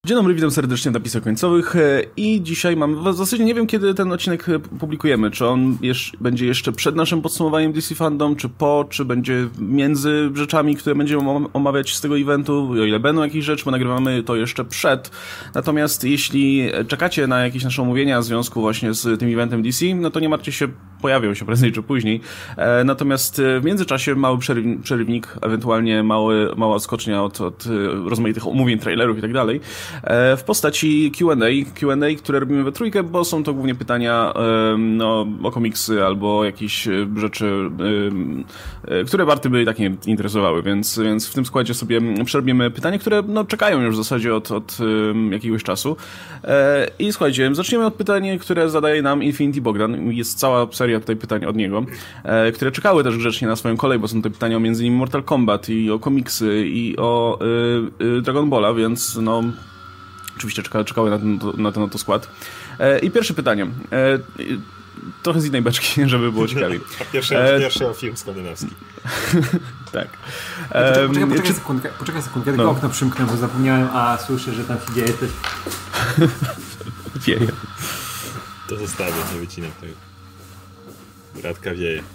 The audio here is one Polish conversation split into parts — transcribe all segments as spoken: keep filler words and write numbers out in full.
Dzień dobry, witam serdecznie w napisach końcowych i dzisiaj mam, w zasadzie nie wiem kiedy ten odcinek publikujemy, czy on jesz, będzie jeszcze przed naszym podsumowaniem D C Fandom, czy po, czy będzie między rzeczami, które będziemy omawiać z tego eventu, o ile będą jakieś rzeczy, bo nagrywamy to jeszcze przed. Natomiast jeśli czekacie na jakieś nasze omówienia w związku właśnie z tym eventem D C, no to nie martwcie się, pojawią się prędzej czy później. Natomiast w międzyczasie mały przerywnik, ewentualnie mały, mała odskocznia od, od rozmaitych omówień, trailerów i tak dalej, w postaci Q and A, Q and A, które robimy we trójkę, bo są to głównie pytania no, o komiksy albo jakieś rzeczy, które Barty by tak nie interesowały, więc, więc w tym składzie sobie przerobimy pytania, które no, czekają już w zasadzie od, od jakiegoś czasu. I słuchajcie, zaczniemy od pytania, które zadaje nam Infinity Bogdan. Jest cała seria tutaj pytań od niego, które czekały też grzecznie na swoją kolej, bo są to pytania o między innymi Mortal Kombat i o komiksy i o y, y, Dragon Balla, więc no oczywiście czekały, czekały na ten, na ten oto skład. E, I pierwsze pytanie. E, trochę z innej beczki, żeby było ciekawiej. Pierwszy, e, pierwszy o film skandynawski. Tak. E, poczekaj, poczekaj czy... sekundkę, poczekaj sekundkę, tylko no. Okno przymknę, bo zapomniałem, a słyszę, że tam się dzieje coś. Wieje. To zostawię, nie wycinam tego. Radka wieje.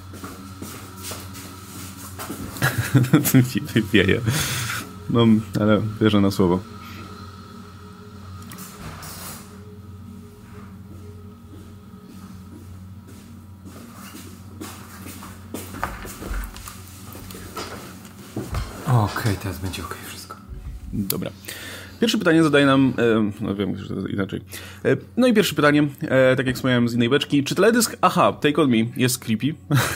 Wieje. No, ale wierzę na słowo. Okej, okay, teraz będzie okej okay, wszystko. Dobra. Pierwsze pytanie zadaje nam, e, no wiem, że to inaczej. E, no i pierwsze pytanie, e, tak jak wspomniałem z innej beczki, czy teledysk Aha, Take On Me jest creepy?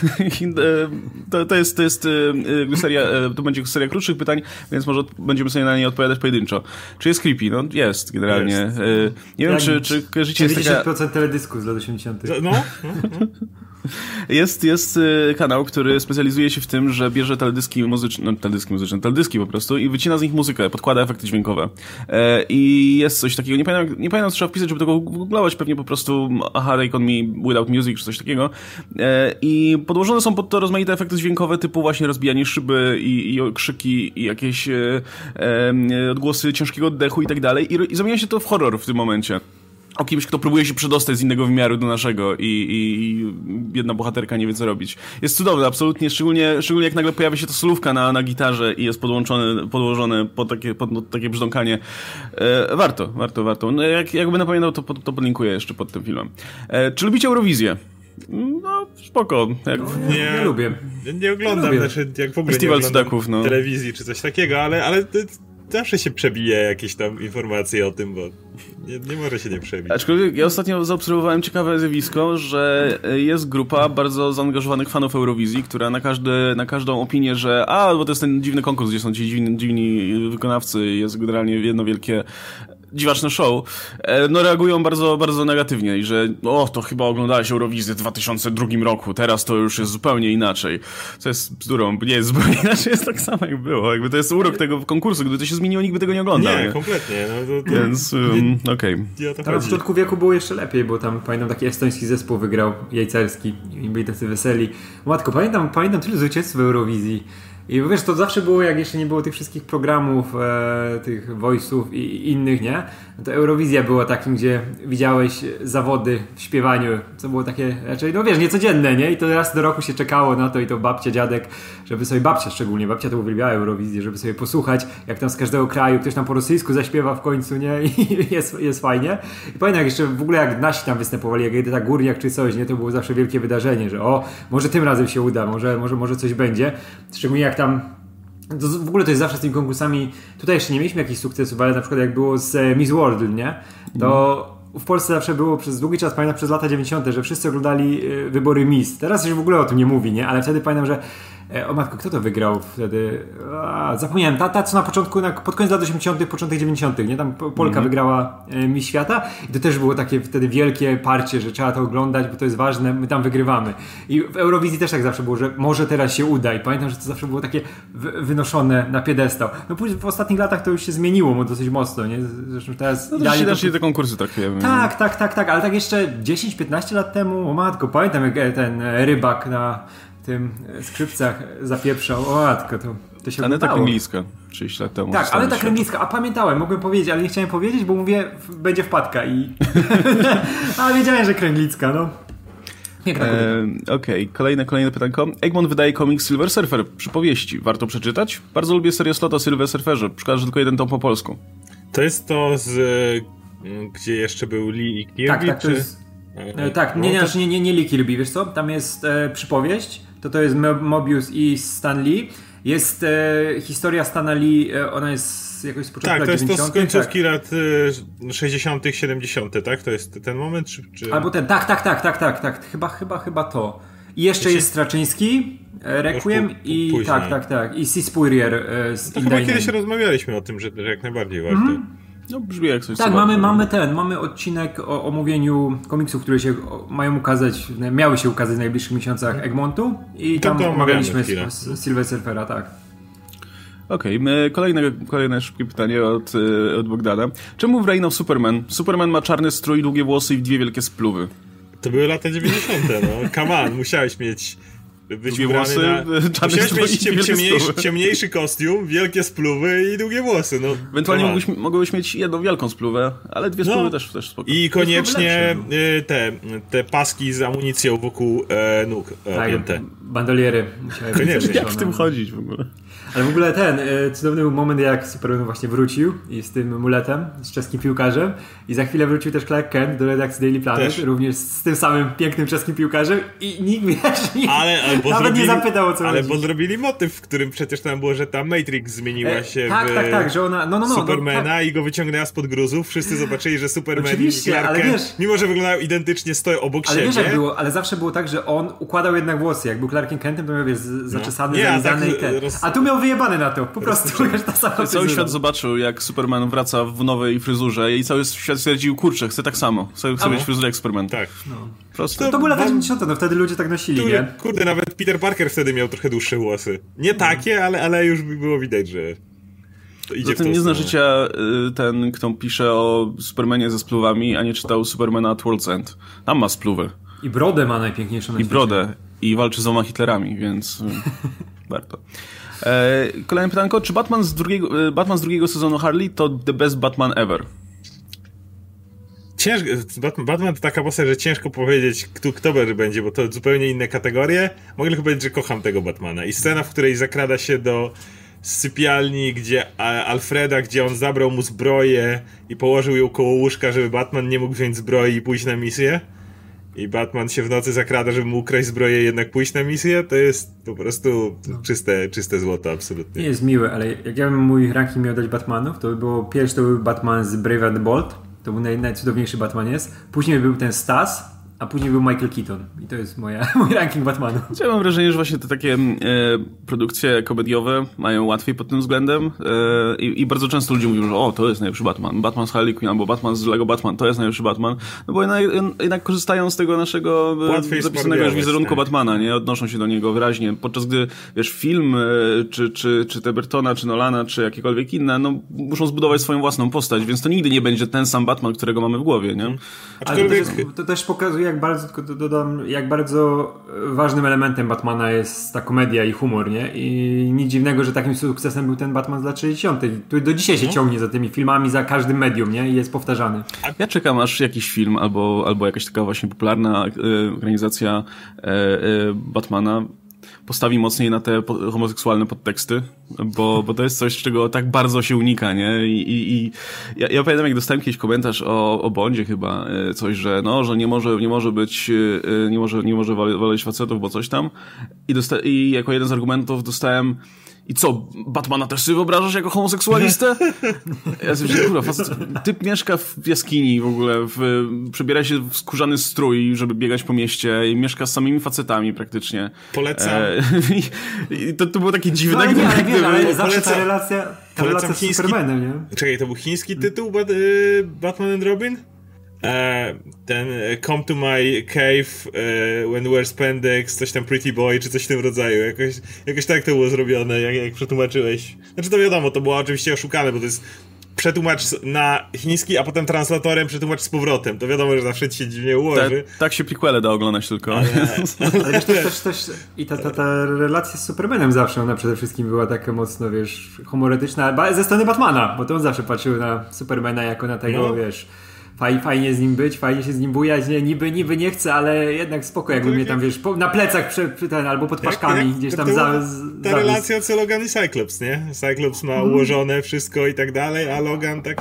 to, to jest, to jest e, seria, e, to będzie seria krótszych pytań, więc może od, będziemy sobie na nie odpowiadać pojedynczo. Czy jest creepy? No jest, generalnie. Jest. E, nie wiem, czy, czy kojarzycie... dziewięćdziesiąt procent taka... teledysków z lat osiemdziesiątych. No, no, no. Jest, jest kanał, który specjalizuje się w tym, że bierze teledyski muzyczne, no teledyski muzyczne, teledyski po prostu i wycina z nich muzykę, podkłada efekty dźwiękowe. E, I jest coś takiego, nie pamiętam, nie pamiętam co trzeba wpisać, żeby tego googlować, pewnie po prostu Aha, Take On Me Without Music, czy coś takiego. E, I podłożone są pod to rozmaite efekty dźwiękowe, typu właśnie rozbijanie szyby i, i krzyki i jakieś e, e, odgłosy ciężkiego oddechu i tak dalej. I, i zamienia się to w horror w tym momencie. O kimś, kto próbuje się przedostać z innego wymiaru do naszego i, i, i jedna bohaterka nie wie co robić. Jest cudowne, absolutnie, szczególnie, szczególnie jak nagle pojawia się to solówka na, na gitarze i jest podłączone, podłożone pod takie, pod, no, takie brzdąkanie. E, warto, warto, warto. No, jak, jakby napamiętał, to, to podlinkuję jeszcze pod tym filmem. E, czy lubicie Eurowizję? No, spoko. Jak... No, ja, nie, ja lubię. Nie, nie oglądam, ja znaczy jak w ogóle Festiwal nie oglądam Cudaków, no. telewizji czy coś takiego, ale, ale to, zawsze się przebije jakieś tam informacje o tym, bo nie, nie może się nie przebić. Aczkolwiek ja ostatnio zaobserwowałem ciekawe zjawisko, że jest grupa bardzo zaangażowanych fanów Eurowizji, która na, każdy, na każdą opinię, że a, bo to jest ten dziwny konkurs, gdzie są ci dziwni, dziwni wykonawcy, jest generalnie jedno wielkie dziwaczne show, no reagują bardzo, bardzo negatywnie i że o, to chyba oglądałeś Eurowizję w dwa tysiące drugim roku, teraz to już jest zupełnie inaczej. Co jest bzdurą, nie jest zupełnie inaczej, jest tak samo jak było. Jakby to jest urok tego konkursu, gdyby to się zmieniło, nikt by tego nie oglądał. Nie, nie? kompletnie. No to, to... Więc, um, okej. Okay. Tam w początku wieku było jeszcze lepiej, bo tam, pamiętam, taki estoński zespół wygrał, jajcarski, i byli tacy weseli. Matko, pamiętam, pamiętam tyle zwycięstw w Eurowizji. I wiesz, to zawsze było, jak jeszcze nie było tych wszystkich programów, e, tych voice'ów i, i innych, nie? No to Eurowizja była takim, gdzie widziałeś zawody w śpiewaniu, co było takie raczej, no wiesz, niecodzienne, nie? I to raz do roku się czekało na to i to babcia, dziadek, żeby sobie, babcia szczególnie, babcia to uwielbiała Eurowizję, żeby sobie posłuchać, jak tam z każdego kraju ktoś tam po rosyjsku zaśpiewa w końcu, nie? I jest, jest fajnie. I pamiętam, jak jeszcze w ogóle jak nasi tam występowali, jak Edyta Górniak czy coś, nie? To było zawsze wielkie wydarzenie, że o, może tym razem się uda, może, może, może coś będzie. Szczególnie jak tam to w ogóle to jest zawsze z tymi konkursami, tutaj jeszcze nie mieliśmy jakichś sukcesów, ale na przykład jak było z Miss World, nie? To w Polsce zawsze było przez długi czas, pamiętam przez lata dziewięćdziesiąte, że wszyscy oglądali wybory Miss. Teraz już w ogóle o tym nie mówi, nie? Ale wtedy pamiętam, że o matko, kto to wygrał wtedy? A, zapomniałem, ta, ta co na początku, na, pod koniec lat osiemdziesiątych, początek dziewięćdziesiątych, nie? Tam Polka mm-hmm. wygrała e, Miss Świata i to też było takie wtedy wielkie parcie, że trzeba to oglądać, bo to jest ważne, my tam wygrywamy. I w Eurowizji też tak zawsze było, że może teraz się uda i pamiętam, że to zawsze było takie wy, wynoszone na piedestał. No później w ostatnich latach to już się zmieniło mu dosyć mocno, nie? Zresztą teraz... No to się też to... te konkursy traktujemy. Tak, tak, tak, tak, ale tak jeszcze dziesięć piętnaście lat temu, o matko, pamiętam jak ten Rybak na tym skrzypcach zapieprzał, o matko, to To się Aneta oglądało. Kręglicka, trzydzieści lat temu. Tak, została Aneta świadkiem. Kręglicka, a pamiętałem, mogłem powiedzieć, ale nie chciałem powiedzieć, bo mówię, w, będzie wpadka i... a wiedziałem, że Kręglicka, no. Piękna kobieta. E, Okej, okay. kolejne, kolejne pytanko. Egmont wydaje komiks Silver Surfer, przypowieści. Warto przeczytać? Bardzo lubię serię Slot o Silver Surferze. Szkoda, że tylko jeden tom po polsku. To jest to z... gdzie jeszcze był Lee i Kirby, Tak, tak, czy... to jest... E, tak, nie, nie, no to... nie, nie, nie Lee Kirby, wiesz co? Tam jest e, przypowieść, to to jest Mobius i Stan Lee. Jest e, historia Stana Lee, e, ona jest jakoś z początku Tak, lat to jest to z końcówki tak. lat y, sześćdziesiątych, siedemdziesiątych, tak? To jest ten moment, czy... czy... Albo ten, tak, tak, tak, tak, tak, tak, chyba, chyba, chyba to. I jeszcze Jeśli... jest Straczyński, e, Requiem po, po, i później. tak, tak, tak, i Sis Spurrier e, z To In chyba the kiedyś Name. rozmawialiśmy o tym, że, że jak najbardziej warto. Mhm. No brzmi jak coś. Tak, co mamy, warto. mamy ten, mamy odcinek o omówieniu komiksów, które się o, mają ukazać, miały się ukazać w najbliższych miesiącach Egmontu i To tam to omawialiśmy omawiamy z, z Silver Surfera, tak. Okej, okay, kolejne, kolejne szybkie pytanie od, od Bogdana. Czemu w Reign of Superman Superman ma czarny strój, długie włosy i dwie wielkie spluwy? To były lata dziewięćdziesiąte, no. Come on, musiałeś mieć... Być Długie ubrany włosy, na... czarny Musiałeś strój mieć i ciem, wielkie ciemniejszy, spluwy. ciemniejszy kostium, wielkie spluwy i długie włosy, no. Ewentualnie come on. mogłeś, mogłeś mieć jedną wielką spluwę, ale dwie spluwy No. też, też spoko. I koniecznie lepsze, y, te, te paski z amunicją wokół e, nóg e, Tak, opięte. bandoliery musiały być Koniecznie. zawieszone. Jak w tym chodzić w ogóle? Ale w ogóle ten e, cudowny był moment, jak Superman właśnie wrócił i z tym muletem, z czeskim piłkarzem i za chwilę wrócił też Clark Kent do redakcji Daily Planet, Też. również z tym samym pięknym czeskim piłkarzem i nikt, wiesz, nikt Ale, ale bo nawet zrobili, nie zapytał, o co ale chodzi. bo zrobili motyw, w którym przecież tam było, że ta Matrix zmieniła E, się tak, w tak, tak, że ona, no, no, no, Supermana no, tak. i go wyciągnęła spod gruzów. Wszyscy zobaczyli, że Superman Oczywiście, i Clark ale Kent, wiesz- mimo że wyglądają identycznie, stoją obok Ale siebie. wiesz jak było, ale zawsze było tak, że on układał jednak włosy. Jak był Clarkiem Kentem, to miał wiesz, z- zaczesany, Nie, a zalizany tak i ten. roz- A tu miał wyjebane na to. Po prostu wiesz, ta sama Cały fryzura. świat zobaczył, jak Superman wraca w nowej fryzurze i cały świat stwierdził, kurczę, chcę tak samo. Chcę, chcę A, mieć no. fryzurę jak Superman. Tak. Prosto. To były lata Wam- dziewięćdziesiąte, no wtedy ludzie tak nosili, Kurde, nie? kurde, nawet Peter Parker wtedy miał trochę dłuższe włosy. Nie takie, ale, ale już było widać, że to idzie w Zatem tą nie zna stronę. życia y, ten, kto pisze o Supermanie ze spluwami, a nie czytał Supermana at World's End. Tam ma spluwę. I brodę ma najpiękniejszą na I świecie. brodę. I walczy z dwoma Hitlerami, więc y, warto. E, kolejne pytanko. Czy Batman z, drugiego, y, Batman z drugiego sezonu Harley to the best Batman ever? Ciężko, Batman, Batman to taka postać, że ciężko powiedzieć, kto, kto będzie, bo to zupełnie inne kategorie. Mogę tylko powiedzieć, że kocham tego Batmana. I scena, w której zakrada się do sypialni, gdzie a, Alfreda, gdzie on zabrał mu zbroję i położył ją koło łóżka, żeby Batman nie mógł wziąć zbroi i pójść na misję. I Batman się w nocy zakrada, żeby mu ukraść zbroję i jednak pójść na misję. To jest po prostu czyste, czyste złoto, Nie absolutnie. jest miłe, ale jak ja bym mój ranking miał dać Batmanów, to by było pierwszy to był Batman z Brave and the Bold. To był naj, najcudowniejszy Batman jest. Później był ten Stas, a później był Michael Keaton. I to jest moja, mój ranking Batmanów. Ja mam wrażenie, że właśnie te takie e, produkcje komediowe mają łatwiej pod tym względem e, i, i bardzo często ludzie mówią, że o, to jest najlepszy Batman. Batman z Harley Quinn albo Batman z Lego Batman, to jest najlepszy Batman. No bo jednak, jednak korzystają z tego naszego Łatwiej e, zapisanego już spardiować, wizerunku tak. Batmana, nie? Odnoszą się do niego wyraźnie. Podczas gdy, wiesz, film e, czy, czy, czy te Burtona, czy Nolana, czy jakiekolwiek inne, no muszą zbudować swoją własną postać, więc to nigdy nie będzie ten sam Batman, którego mamy w głowie, nie? Ale to Aczkolwiek... też, to też pokazuje, jak bardzo, tylko do- dodam, jak bardzo ważnym elementem Batmana jest ta komedia i humor, nie? I nic dziwnego, że takim sukcesem był ten Batman z lat sześćdziesiątych. Tu do dzisiaj się ciągnie za tymi filmami, za każdym medium, nie? I jest powtarzany. Ja czekam, aż jakiś film albo, albo jakaś taka właśnie popularna e, organizacja e, e, Batmana postawi mocniej na te po, homoseksualne podteksty, bo, bo to jest coś, czego tak bardzo się unika, nie? I, i, i ja, ja pamiętam, jak dostałem kiedyś komentarz o, o Bondzie chyba, e, coś, że no, że nie może, nie może być, e, nie może, nie może waleć facetów, bo coś tam. I, dosta- I jako jeden z argumentów dostałem: i co, Batmana też sobie wyobrażasz jako homoseksualistę? Ja sobie myślę, kurwa, facet, typ mieszka w jaskini w ogóle, w, przebiera się w skórzany strój, żeby biegać po mieście i mieszka z samymi facetami praktycznie. Polecam. E, i, i to, to było takie dziwne. No, ale nie, ale wiesz, ale Polecam- zawsze ta relacja, ta polecam relacja z chiński- Supermanem, nie? Czekaj, to był chiński tytuł Bat- y, Batman and Robin? E, ten e, Come to my cave e, when wear spandex, coś tam Pretty Boy, czy coś w tym rodzaju. Jakoś, jakoś tak to było zrobione, jak, jak przetłumaczyłeś. Znaczy to wiadomo, to było oczywiście oszukane, bo to jest przetłumacz na chiński, a potem translatorem przetłumacz z powrotem. To wiadomo, że zawsze ci się dziwnie ułoży. Ta, tak się prequele da oglądać tylko. Ale, ale wiesz, też, też, też i ta, ta, ta relacja z Supermanem zawsze, ona przede wszystkim była taka mocno, wiesz, humorystyczna, ze strony Batmana, bo to on zawsze patrzył na Supermana jako na tego, no. wiesz... Faj, fajnie z nim być, fajnie się z nim bujać, nie, niby, niby nie chcę, ale jednak spoko, jakby no, mnie tam, wiesz, po, na plecach przy, przy ten, albo pod paszkami jak, gdzieś tam to, za, z, Ta zawisł. Relacja co Logan i Cyclops, nie? Cyclops ma hmm. ułożone wszystko i tak dalej, a Logan tak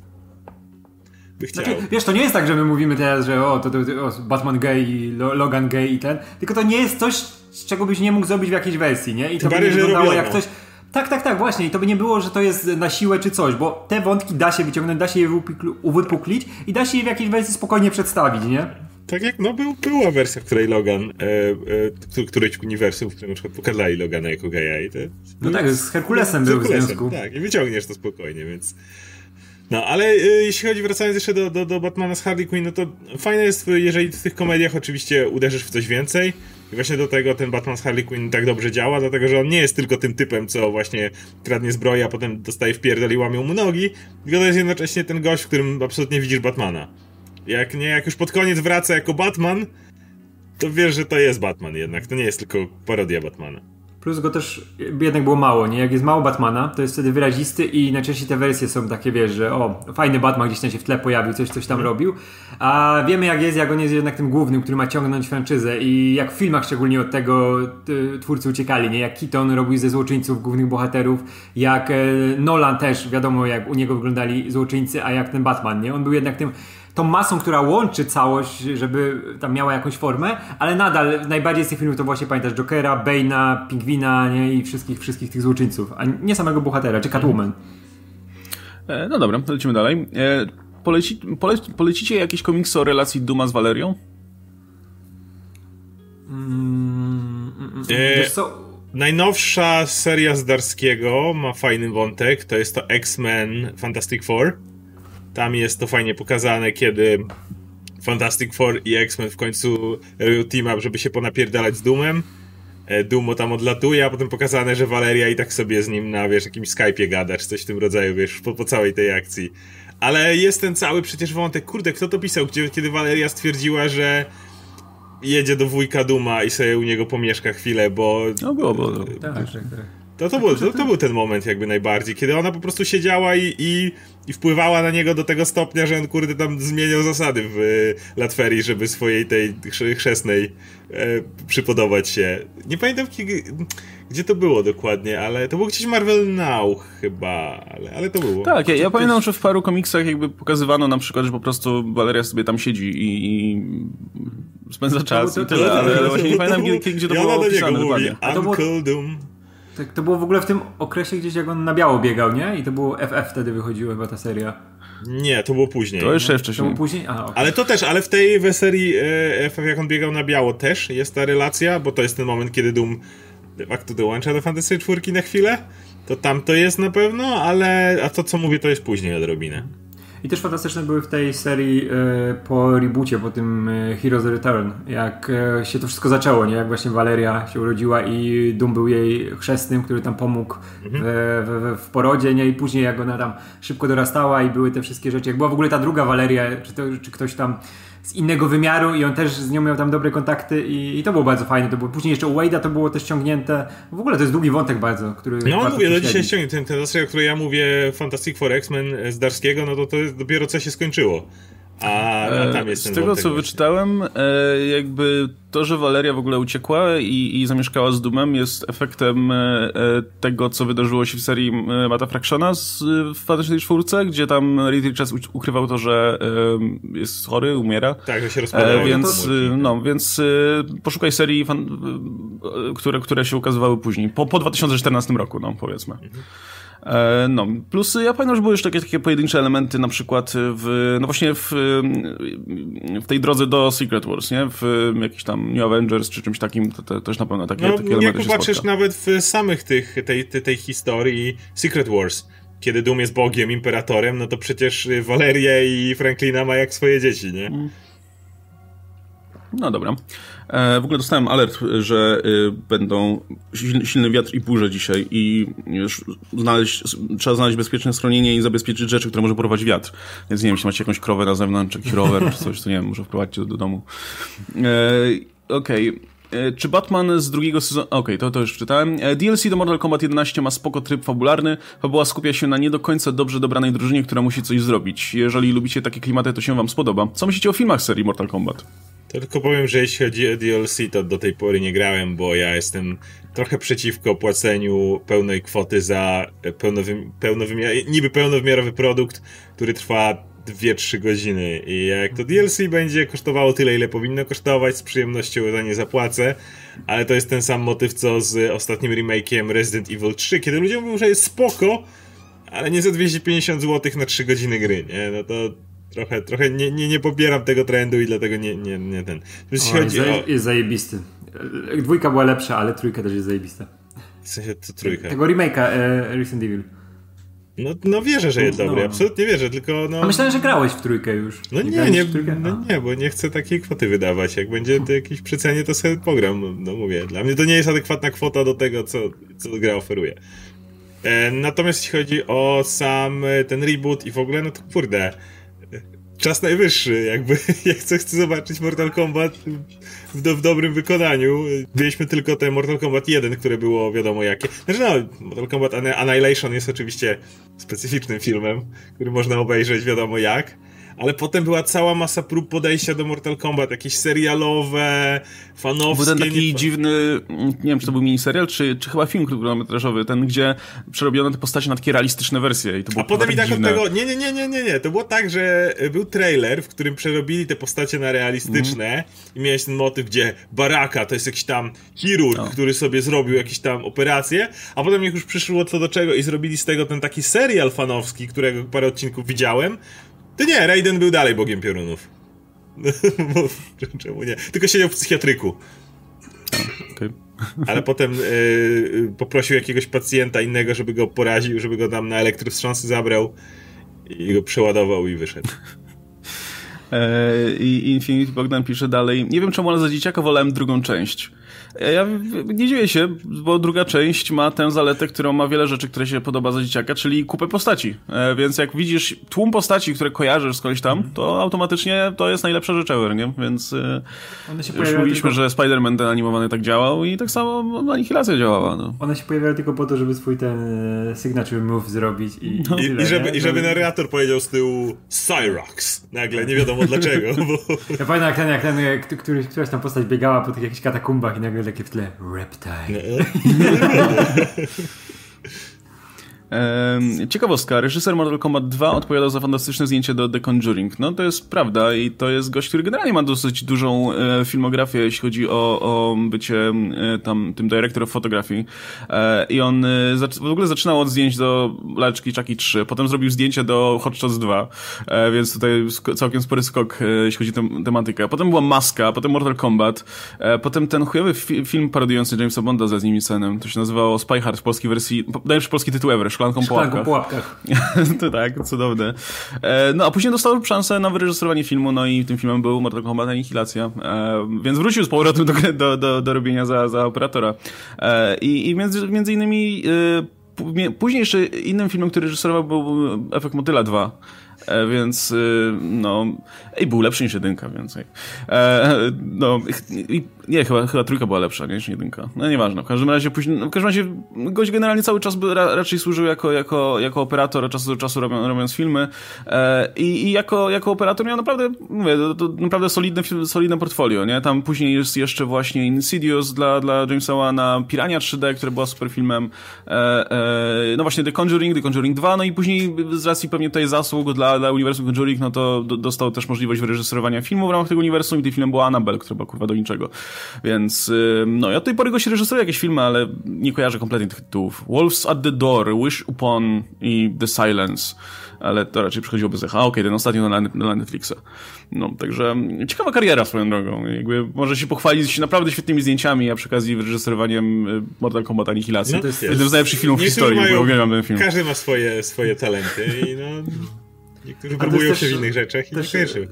by chciał. Znaczy, wiesz, to nie jest tak, że my mówimy teraz, że o, to, to, to o, Batman gay i Lo, Logan gay i ten, tylko to nie jest coś, z czego byś nie mógł zrobić w jakiejś wersji, nie? I to by nie wyglądało jak coś... Tak, tak, tak, właśnie. I to by nie było, że to jest na siłę czy coś, bo te wątki da się wyciągnąć, da się je uwypuklić i da się je w jakiejś wersji spokojnie przedstawić, nie? Tak jak, no był, była wersja, w której Logan, e, e, któryś uniwersum, w którym na przykład pokazali Logana jako geja i to... No tak, z Herkulesem był w związku. Tak, i wyciągniesz to spokojnie, więc... No, ale e, jeśli chodzi, wracając jeszcze do, do, do Batmana z Harley Quinn, no to fajne jest, jeżeli w tych komediach oczywiście uderzysz w coś więcej. I właśnie do tego ten Batman z Harley Quinn tak dobrze działa, dlatego że on nie jest tylko tym typem, co właśnie kradnie zbroję, a potem dostaje w pierdol i łamią mu nogi, tylko to jest jednocześnie ten gość, w którym absolutnie widzisz Batmana. Jak nie, jak już pod koniec wraca jako Batman, to wiesz, że to jest Batman jednak, to nie jest tylko parodia Batmana. Plus go też jednak było mało, nie? Jak jest mało Batmana, to jest wtedy wyrazisty i najczęściej te wersje są takie, wiesz, że o, fajny Batman gdzieś tam się w tle pojawił, coś, coś tam hmm. robił, a wiemy jak jest, jak on jest jednak tym głównym, który ma ciągnąć franczyzę i jak w filmach szczególnie od tego t- twórcy uciekali, nie? Jak Keaton robił ze złoczyńców głównych bohaterów, jak e, Nolan też, wiadomo jak u niego wyglądali złoczyńcy, a jak ten Batman, nie? On był jednak tym tą masą, która łączy całość, żeby tam miała jakąś formę, ale nadal najbardziej z tych filmów to właśnie pamiętasz Jokera, Bane'a, Pingwina, nie? I wszystkich, wszystkich tych złoczyńców, a nie samego bohatera, czy Catwoman. E, no dobra, lecimy dalej. E, poleci, poleci, polecicie jakieś komiksy o relacji Duma z Valerią? Mm, mm, e, wiesz co? Najnowsza seria z Darskiego ma fajny wątek, to jest to X-Men Fantastic Four. Tam jest to fajnie pokazane, kiedy Fantastic Four i X-Men w końcu robią team-up, żeby się ponapierdalać z Doomem. Doom tam odlatuje, a potem pokazane, że Valeria i tak sobie z nim na, wiesz, jakimś Skype'ie gada, czy coś w tym rodzaju, wiesz, po, po całej tej akcji. Ale jest ten cały przecież wątek, kurde, kto to pisał, gdzie, kiedy Valeria stwierdziła, że jedzie do wujka Dooma i sobie u niego pomieszka chwilę, bo... No było, było. Tak, tak, tak. To, to, był, to, to był ten moment jakby najbardziej, kiedy ona po prostu siedziała i, i, i wpływała na niego do tego stopnia, że on kurde tam zmieniał zasady w y, Latverii, żeby swojej tej chrzestnej e, przypodobać się. Nie pamiętam gdzie, gdzie to było dokładnie, ale to było gdzieś Marvel Now chyba, ale, ale to było. Tak, ja, ja pamiętam, że w paru komiksach jakby pokazywano na przykład, że po prostu Valeria sobie tam siedzi i, i spędza czas to, to, i tyle, ale, ale właśnie nie pamiętam gdzie, gdzie to było opisane dokładnie. Uncle Doom. Tak, to było w ogóle w tym okresie gdzieś jak on na biało biegał, nie? I to było F F wtedy wychodziło chyba ta seria. Nie, to było później. To jeszcze wcześniej. To było później? A, okay. Ale to też, ale w tej w serii F F jak on biegał na biało też jest ta relacja, bo to jest ten moment, kiedy Doom de facto dołącza do Fantasy czwórki na chwilę. To tam to jest na pewno, ale a to co mówię to jest później odrobinę. I też fantastyczne były w tej serii e, po reboocie, po tym e, Heroes Return, jak e, się to wszystko zaczęło, nie? Jak właśnie Valeria się urodziła i Doom był jej chrzestnym, który tam pomógł mhm. w, w, w porodzie, nie? I później jak ona tam szybko dorastała i były te wszystkie rzeczy, jak była w ogóle ta druga Valeria, czy, to, czy ktoś tam z innego wymiaru i on też z nią miał tam dobre kontakty i, i to było bardzo fajne. To było, później jeszcze u Wade'a to było też ciągnięte. W ogóle to jest długi wątek bardzo, który... No mówię, do dzisiaj ściągnie. Ten, ten seria, o której ja mówię, Fantastic Four X-Men z Darskiego, no to to jest dopiero co się skończyło. A, a tam jest Z ten tego co właśnie. wyczytałem, jakby to, że Valeria w ogóle uciekła i, i zamieszkała z Doomem jest efektem tego, co wydarzyło się w serii Matta Fractiona z, w Fantastycznej Czwórce, gdzie tam Reed Richards ukrywał to, że jest chory, umiera. Tak, że się rozpadało. Więc, no, więc poszukaj serii, fan, które, które się ukazywały później, po, po dwa tysiące czternastym roku, no powiedzmy. Mhm. No, plus ja pamiętam, że były jeszcze takie, takie pojedyncze elementy, na przykład w, no właśnie w, w tej drodze do Secret Wars, nie? W jakiś tam New Avengers czy czymś takim, to, to też na pewno takie, no, takie elementy się jak popatrzysz spotka. nawet w samych tych, tej, tej, tej historii Secret Wars, kiedy Doom jest Bogiem, Imperatorem, no to przecież Valerię i Franklina ma jak swoje dzieci, nie? No dobra. E, w ogóle dostałem alert, że y, będą sil, silny wiatr i burze dzisiaj i już znaleźć, trzeba znaleźć bezpieczne schronienie i zabezpieczyć rzeczy, które może porwać wiatr. Więc nie wiem, jeśli macie jakąś krowę na zewnątrz, jakiś rower czy coś, to nie wiem, może wprowadźcie do, do domu. E, Okej. Okay. Czy Batman z drugiego sezonu... Okej, okay, to, to już czytałem. D L C do Mortal Kombat jedenaście ma spoko tryb fabularny. Fabuła skupia się na nie do końca dobrze dobranej drużynie, która musi coś zrobić. Jeżeli lubicie takie klimaty, to się wam spodoba. Co myślicie o filmach serii Mortal Kombat? To tylko powiem, że jeśli chodzi o D L C, to do tej pory nie grałem, bo ja jestem trochę przeciwko płaceniu pełnej kwoty za pełnowym, pełnowymiar, niby pełnowymiarowy produkt, który trwa dwie trzy godziny. I jak to D L C będzie kosztowało tyle, ile powinno kosztować, z przyjemnością za nie zapłacę, ale to jest ten sam motyw, co z ostatnim remake'iem Resident Evil trzy, kiedy ludzie mówią, że jest spoko, ale nie za dwieście pięćdziesiąt złotych na trzy godziny gry, nie? No to trochę, trochę nie, nie, nie popieram tego trendu i dlatego nie, nie, nie ten. Jeśli o, chodzi jest, o... jest zajebisty. Dwójka była lepsza, ale trójka też jest zajebista. W sensie to trójka. Tego remake'a e, Resident Evil. No, no wierzę, że jest no, dobry, no. absolutnie wierzę, tylko no... A myślałem, że grałeś w trójkę już. No nie, nie, nie, no nie, bo nie chcę takiej kwoty wydawać. Jak będzie to jakieś przecenie, to sobie pogram, no, no mówię. Dla mnie to nie jest adekwatna kwota do tego, co, co gra oferuje. E, natomiast jeśli chodzi o sam ten reboot i w ogóle, no to kurde... Czas najwyższy, jakby jak chcę, chcę zobaczyć Mortal Kombat w, do, w dobrym wykonaniu. Mieliśmy tylko ten Mortal Kombat jeden, które było wiadomo jakie. Znaczy no, Mortal Kombat Annihilation jest oczywiście specyficznym filmem, który można obejrzeć wiadomo jak. Ale potem była cała masa prób podejścia do Mortal Kombat, jakieś serialowe, fanowskie... Był ten taki nie... dziwny, nie wiem, czy to był miniserial, czy, czy chyba film krótkometrażowy, ten, gdzie przerobiono te postacie na takie realistyczne wersje. I to było A potem tak i tak dziwne. od tego... Nie, nie, nie, nie, nie, nie. To było tak, że był trailer, w którym przerobili te postacie na realistyczne mm. i miałeś ten motyw, gdzie Baraka to jest jakiś tam chirurg, no. który sobie zrobił jakieś tam operacje, a potem jak już przyszło co do czego i zrobili z tego ten taki serial fanowski, którego parę odcinków widziałem, to nie, Raiden był dalej bogiem piorunów. Bo, czemu nie? Tylko siedział w psychiatryku. Okay. Ale potem y, poprosił jakiegoś pacjenta innego, żeby go poraził, żeby go tam na elektrowstrząsy zabrał i go przeładował i wyszedł. I Infinity Bogdan pisze dalej: nie wiem czemu, ale za dzieciaka wolałem drugą część. Ja nie dziwię się, bo druga część ma tę zaletę, którą ma wiele rzeczy, które się podoba za dzieciaka, czyli kupę postaci. Więc jak widzisz tłum postaci, które kojarzysz skądś tam, to automatycznie to jest najlepsza rzecz ever, nie? Więc one się już mówiliśmy, tylko... że Spider-Man ten animowany tak działał i tak samo Anihilacja działała. No. One się pojawiały tylko po to, żeby swój ten signature move zrobić i, no. I, tyle, i, żeby, i żeby żeby narrator powiedział z tyłu Cyrax. Nagle, nie wiadomo dlaczego. Bo... Ja pamiętam jak ten, jak ten jak który, któraś tam postać biegała po tych jakichś katakumbach i nagle takie w tle Reptile. Ciekawostka, reżyser Mortal Kombat dwa odpowiadał za fantastyczne zdjęcie do The Conjuring. No to jest prawda i to jest gość, który generalnie ma dosyć dużą e, filmografię, jeśli chodzi o, o bycie e, tam tym director of photography. E, I on e, w ogóle zaczynał od zdjęć do Laleczki Chucky trzy, potem zrobił zdjęcie do Hot Shots dwa, e, więc tutaj całkiem spory skok, e, jeśli chodzi o tę tematykę. Potem była Maska, potem Mortal Kombat, e, potem ten chujowy fi film parodiujący Jamesa Bonda ze Nimitzenem, to się nazywało Spy Hard w polskiej wersji, dajesz polski tytuł ever, Szklanką po łapkach. po łapkach. To tak, cudowne. E, no a później dostał szansę na wyreżyserowanie filmu, no i tym filmem był Mortal Kombat Anihilacja. E, więc wrócił z powrotem do, do, do, do robienia za, za operatora. E, I i między, między innymi e, później jeszcze innym filmem, który reżyserował, był Efekt Motyla dwa. E, więc no i był lepszy niż jedynka, więc e, no i, nie, chyba, chyba trójka była lepsza niż jedynka, no nieważne, w każdym razie później, w każdym razie gość generalnie cały czas by, ra, raczej służył jako, jako, jako operator, od czasu do czasu robią, robiąc filmy e, i, i jako, jako operator miał naprawdę, mówię, to, to naprawdę solidne, solidne portfolio, nie, tam później jest jeszcze właśnie Insidious dla, dla Jamesa Wana, Pirania trzy D, które była super filmem, e, e, no właśnie The Conjuring, The Conjuring dwa, no i później z racji pewnie tutaj zasług dla dla uniwersum Conjuring, no to do, dostał też możliwość wyreżyserowania filmu w ramach tego uniwersum i tym filmem była Annabelle, która była kurwa do niczego. Więc yy, no ja do tej pory go się reżyseruję jakieś filmy, ale nie kojarzę kompletnie tych tytułów. Wolves at the Door, Wish Upon i The Silence. Ale to raczej przychodziło bez echa. A okej, okay, ten ostatni na, na Netflixa. No, także ciekawa kariera swoją drogą. Jakby może się pochwalić naprawdę świetnymi zdjęciami, a przy okazji wyreżyserowaniem Mortal Kombat Anihilacji. No to jest jeden z najlepszych filmów w historii, bo uwielbiam ten film. Każdy ma swoje, swoje talenty i no... Niektórzy próbują się w innych rzeczach i też, nie pierwszy.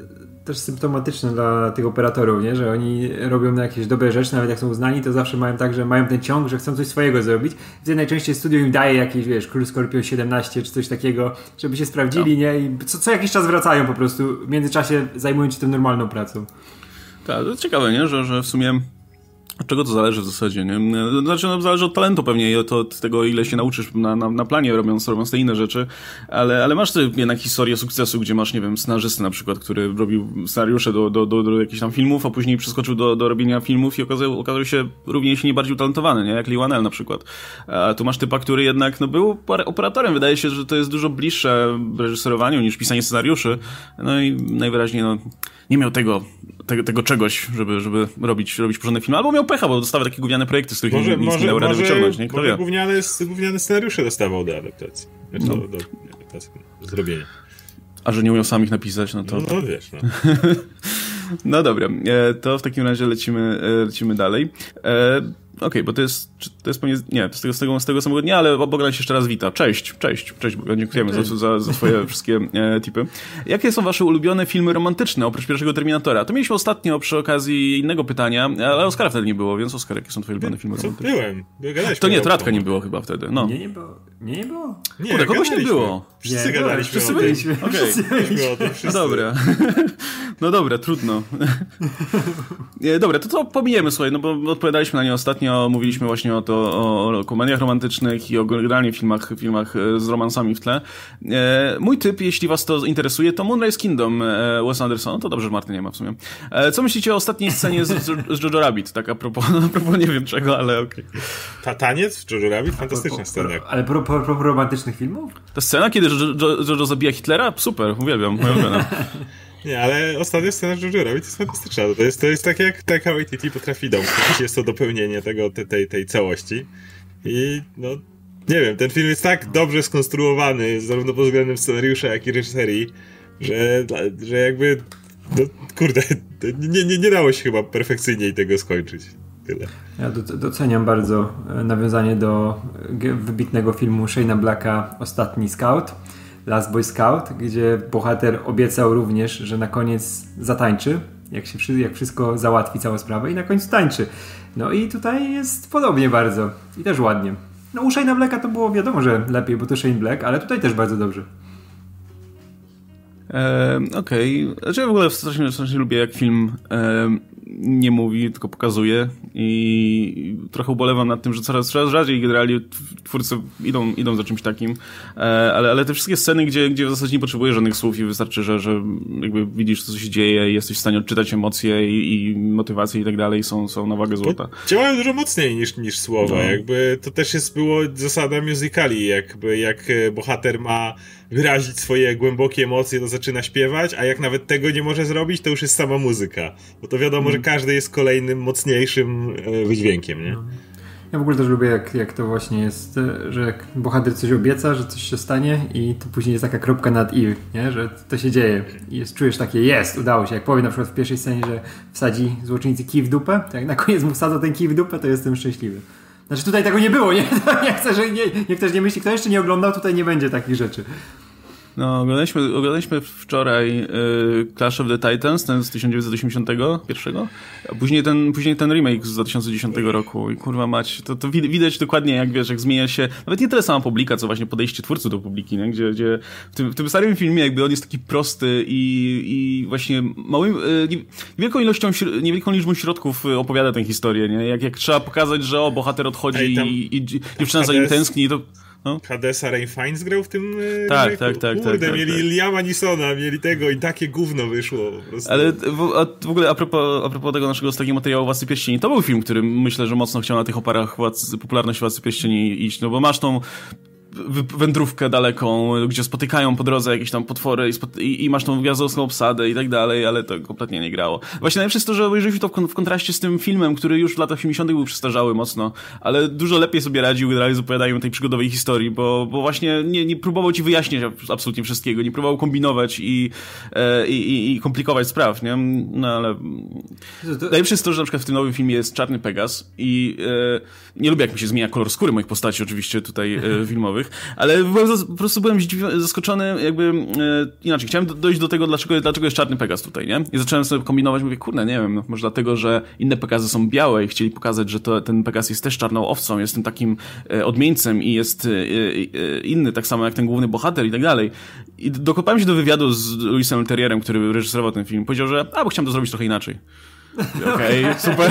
też symptomatyczne dla tych operatorów, nie? Że oni robią na jakieś dobre rzeczy, nawet jak są uznani, to zawsze mają tak, że mają ten ciąg, że chcą coś swojego zrobić. Więc najczęściej studio im daje jakieś, wiesz, Król Skorpion siedemnaście czy coś takiego, żeby się sprawdzili, no. nie? I co, co jakiś czas wracają po prostu, w międzyczasie zajmując się tym normalną pracą. Tak, to ciekawe, nie? Że, że w sumie od czego to zależy w zasadzie, nie? Znaczy, no, zależy od talentu pewnie i od, od tego, ile się nauczysz na, na, na planie, robiąc, robiąc te inne rzeczy, ale, ale masz ty jednak historię sukcesu, gdzie masz, nie wiem, scenarzysty na przykład, który robił scenariusze do, do, do, do jakichś tam filmów, a później przeskoczył do, do robienia filmów i okazał, okazał się równie się nie bardziej utalentowany, nie? Jak Lee Whannell na przykład. A tu masz typa, który jednak, no, był operatorem. Wydaje się, że to jest dużo bliższe reżyserowaniu niż pisanie scenariuszy. No i najwyraźniej, no, nie miał tego, tego, tego czegoś, żeby, żeby robić, robić porządne filmy. Albo miał pecha, bo dostawał takie gówniane projekty, z których może, nic może, nie dało rady wyciągnąć. Nie? Kto może wie? Gówniane, gówniane scenariusze dostawał do adaptacji. No. Do, do, do, do zrobienia. A że nie umiał sam ich napisać, no to... No, no wiesz, no. No dobra, to w takim razie lecimy, lecimy dalej. Okej, okay, bo to jest, to jest pewnie, nie, to z tego, z tego, z tego samego dnia, ale Bogdan się jeszcze raz wita. Cześć, cześć, cześć Bogdan, dziękujemy okay. za, za, za twoje wszystkie e, tipy. Jakie są wasze ulubione filmy romantyczne, oprócz pierwszego Terminatora? To mieliśmy ostatnio przy okazji innego pytania, ale Oskara wtedy nie było, więc Oskar, jakie są twoje ulubione filmy romantyczne? Byłem, gadaliśmy. To nie, to Radka nie było chyba wtedy, no. Nie, nie było, nie, nie było. Nie, Kurde, kogoś nie było. Wszyscy nie, gadaliśmy wszyscy o tym. byliśmy. Okay. Wszyscy o tym, No dobra. No dobra, trudno. Dobra, to to pomijemy, słuchaj, no bo odpowiadaliśmy na nie ostatnio, mówiliśmy właśnie o to, o, o komediach romantycznych i o generalnie filmach, filmach z romansami w tle. E, mój typ, jeśli was to interesuje, to Moonrise Kingdom e, Wes Andersona. To dobrze, że Marty nie ma w sumie. E, co myślicie o ostatniej scenie z, z Jojo Rabbit? Tak a propos, a propos nie wiem czego, ale okej. Okay. Ta taniec w Jojo Rabbit? Fantastyczna pro, scena. Pro, ale pro, pro, pro, pro romantycznych filmów? Ta scena, kiedy Jojo, Jojo zabija Hitlera? Super, uwielbiam, moja ulubiona. Nie, ale ostatnia scena z Jojo Rabbit jest fantastyczna. To jest, to jest tak jak Taika Waititi potrafi domknąć. Jest to dopełnienie tego, tej, tej, tej całości. I no, nie wiem, ten film jest tak dobrze skonstruowany, zarówno pod względem scenariusza, jak i reżyserii, że, że jakby, no kurde, nie, nie, nie dało się chyba perfekcyjniej tego skończyć. Tyle. Ja doceniam bardzo nawiązanie do wybitnego filmu Shane'a Blacka Ostatni Scout, Last Boy Scout, gdzie bohater obiecał również, że na koniec zatańczy, jak się jak wszystko załatwi, całą sprawę, i na końcu tańczy. No i tutaj jest podobnie bardzo. I też ładnie. No u Shane'a Blacka to było wiadomo, że lepiej, bo to Shane Black, ale tutaj też bardzo dobrze. E, Okej. Okay. Znaczy ja w ogóle strasznie, strasznie lubię, jak film e, nie mówi, tylko pokazuje i trochę ubolewam nad tym, że coraz, coraz rzadziej generalnie twórcy idą, idą za czymś takim, e, ale, ale te wszystkie sceny, gdzie, gdzie w zasadzie nie potrzebujesz żadnych słów i wystarczy, że, że jakby widzisz, co się dzieje i jesteś w stanie odczytać emocje i, i motywacje i tak dalej, są, są na wagę złota. Działają dużo mocniej niż, niż słowa. No. Jakby to też jest było zasada musicali, jakby jak bohater ma wyrazić swoje głębokie emocje, to zaczyna śpiewać, a jak nawet tego nie może zrobić, to już jest sama muzyka. Bo to wiadomo, mm. że każdy jest kolejnym, mocniejszym e, wydźwiękiem, nie? Ja w ogóle też lubię, jak, jak to właśnie jest, że jak bohater coś obieca, że coś się stanie i to później jest taka kropka nad i, nie? Że to się dzieje. I jest, czujesz takie, jest, udało się. Jak powie na przykład w pierwszej scenie, że wsadzi złoczyńcy kij w dupę, to jak na koniec mu wsadza ten kij w dupę, to jestem szczęśliwy. Znaczy tutaj tego nie było, nie? Nie chcę, że nie, niech też nie myśli, kto jeszcze nie oglądał, tutaj nie będzie takich rzeczy. No, oglądaliśmy, oglądaliśmy wczoraj y, Clash of the Titans, ten z tysiąc dziewięćset osiemdziesiątego pierwszego, a później ten, później ten remake z dwa tysiące dziesiątego roku i kurwa mać, to, to widać dokładnie, jak wiesz, jak zmienia się, nawet nie tyle sama publika, co właśnie podejście twórcy do publiki, nie? Gdzie, gdzie w tym, w tym starym filmie jakby on jest taki prosty i, i właśnie małym, y, niewielką ilością, niewielką liczbą środków opowiada tę historię, nie? Jak, jak trzeba pokazać, że o, bohater odchodzi Ej, tam, i, i dziewczyna za nim tęskni, to... No. Hadesa Ray Fiennes grał w tym tak, tak, tak, tak, Kurde, tak, tak, mieli tak. Liama Neesona, mieli tego i takie gówno wyszło po prostu. Ale w, a w ogóle a propos, a propos tego naszego ostatniego materiału Władcy Pierścieni, to był film, który myślę, że mocno chciał na tych oparach władz, popularności Władcy Pierścieni iść, no bo masz tą wędrówkę daleką, gdzie spotykają po drodze jakieś tam potwory i, spot- i, i masz tą gwiazdowską obsadę i tak dalej, ale to kompletnie nie grało. Właśnie najlepsze jest to, że obejrzeliśmy to w, kon- w kontraście z tym filmem, który już w latach osiemdziesiątych był przestarzały mocno, ale dużo lepiej sobie radził generalnie z opowiadaniem tej przygodowej historii, bo, bo właśnie nie, nie próbował ci wyjaśniać absolutnie wszystkiego, nie próbował kombinować i, e, i, i komplikować spraw, nie? No ale najlepsze jest to, że na przykład w tym nowym filmie jest Czarny Pegas i e, nie lubię, jak mi się zmienia kolor skóry moich postaci oczywiście tutaj e, filmowych, komiksowych, ale byłem zas- po prostu byłem zdziwiony, zaskoczony jakby, e, inaczej, chciałem do, dojść do tego, dlaczego, dlaczego jest czarny Pegas tutaj, nie? I zacząłem sobie kombinować, mówię, kurde, nie wiem, no, może dlatego, że inne Pegasy są białe i chcieli pokazać, że to, ten Pegas jest też czarną owcą, jest tym takim e, odmieńcem i jest e, e, inny, tak samo jak ten główny bohater i tak dalej. I dokopałem się do wywiadu z Louisem Leterrierem, który reżyserował ten film. Powiedział, że a, bo chciałem to zrobić trochę inaczej. Okej, okay, super.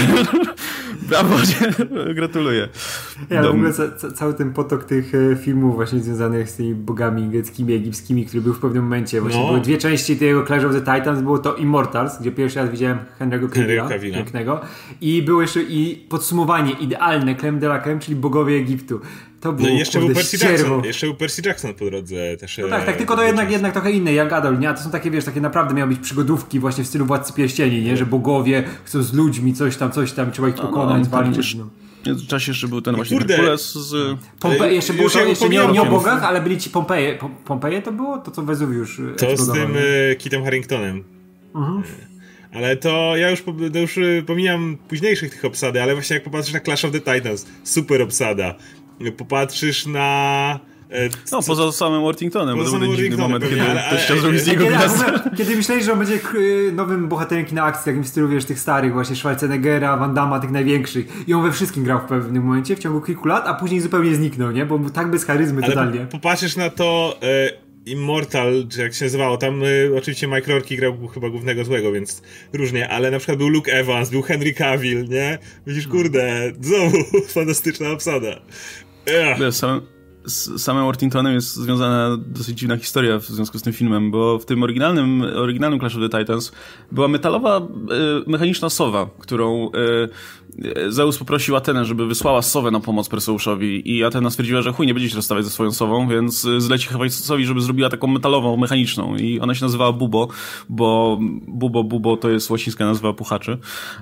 Brawo, gratuluję. Ja w ogóle ca- ca- cały ten potok tych e, filmów właśnie związanych z tymi bogami greckimi, egipskimi, który był w pewnym momencie. Właśnie no. Były dwie części tego Clash of the Titans. Było to Immortals, gdzie pierwszy raz widziałem Henry'ego Cavilla, pięknego. I było jeszcze i podsumowanie idealne, creme de la creme, czyli bogowie Egiptu. To było, no i jeszcze był Percy Jackson, jeszcze był Percy Jackson po drodze też. No tak, tak, tylko to jednak, jednak trochę inne, Young Adult, nie? A to są takie, wiesz, takie naprawdę miały być przygodówki właśnie w stylu Władcy Pierścieni, nie? Że bogowie chcą z ludźmi coś tam, coś tam, trzeba ich pokonać, zwalić. No. W międzyczasie jeszcze był ten właśnie Kurde. Herkules z... Pompe- jeszcze było to, jeszcze nie, nie o bogach, ale byli ci Pompeje. Pompeje to było? To co Wezuwiusz To z tym y, Kitem Haringtonem. Mhm. Ale to ja już, to już pomijam późniejszych tych obsady, ale właśnie jak popatrzysz na Clash of the Titans, super obsada. Popatrzysz na... E, no, co, poza samym Worthingtonem, bo to był ten dziwny moment, kiedy ale, ktoś chciał zrobić z niego gwiazdę. Kiedy myśleli, że on będzie y, nowym bohaterem kina akcji, takim w stylu, wiesz, tych starych właśnie Schwarzeneggera, Van Damma, tych największych. I on we wszystkim grał w pewnym momencie, w ciągu kilku lat, a później zupełnie zniknął, nie? Bo był tak bez charyzmy ale totalnie. Po, popatrzysz na to... E, Immortal, czy jak się nazywało, tam y, oczywiście Mike Rourke grał chyba głównego złego, więc różnie, ale na przykład był Luke Evans, był Henry Cavill, nie? Widzisz, kurde, znowu fantastyczna obsada. Yeah. Z samym, z samym Worthingtonem jest związana dosyć dziwna historia w związku z tym filmem, bo w tym oryginalnym, oryginalnym Clash of the Titans była metalowa, y, mechaniczna sowa, którą y, Zeus poprosił Atenę, żeby wysłała sowę na pomoc Perseuszowi i Atena stwierdziła, że chuj, nie będzie się rozstawiać ze swoją sową, więc zleci Hefajstosowi, żeby zrobiła taką metalową, mechaniczną i ona się nazywała Bubo, bo Bubo, Bubo to jest łacińska nazwa puchaczy.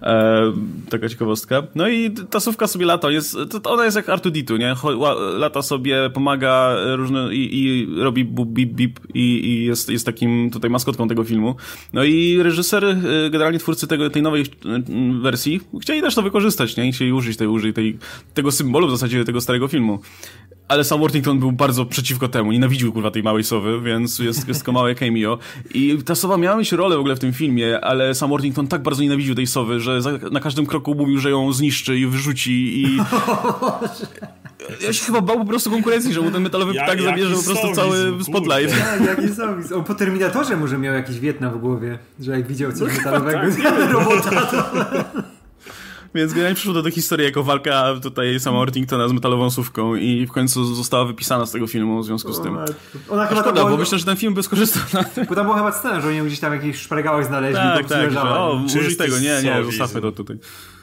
E, taka ciekawostka. No i ta sówka sobie lata, jest, to, ona jest jak R dwa D dwa, nie? Lata sobie, pomaga różne i, i robi bub, bip, bip i, i jest, jest takim tutaj maskotką tego filmu. No i reżyser, generalnie twórcy tego, tej nowej wersji chcieli też to wykorzystać, nie? I chcieli użyć, tej, użyć tej, tego symbolu w zasadzie tego starego filmu. Ale sam Worthington był bardzo przeciwko temu, nienawidził kurwa tej małej sowy, więc jest, jest tylko małe cameo. I ta sowa miała mieć rolę w ogóle w tym filmie, ale sam Worthington tak bardzo nienawidził tej sowy, że za, na każdym kroku mówił, że ją zniszczy i wyrzuci i... Ja się chyba bał po prostu konkurencji, że mu ten metalowy ja, ptak zabierze po prostu cały spotlight. Ja, jaki sowizm. On po Terminatorze może miał jakiś Wietnam w głowie, że jak widział coś metalowego, tak, robota to... Więc generalnie przyszło do tej historii jako walka tutaj sama Worthingtona z metalową sówką i w końcu została wypisana z tego filmu w związku z tym. Ona chyba szkoda, było... bo myślę, że ten film by skorzystał. Bo tam była chyba scena, że oni gdzieś tam jakichś szpargałach znaleźli. Tak, tak, że, o, Czysty użyj tego, nie, nie, sowizm. zostawmy to tutaj.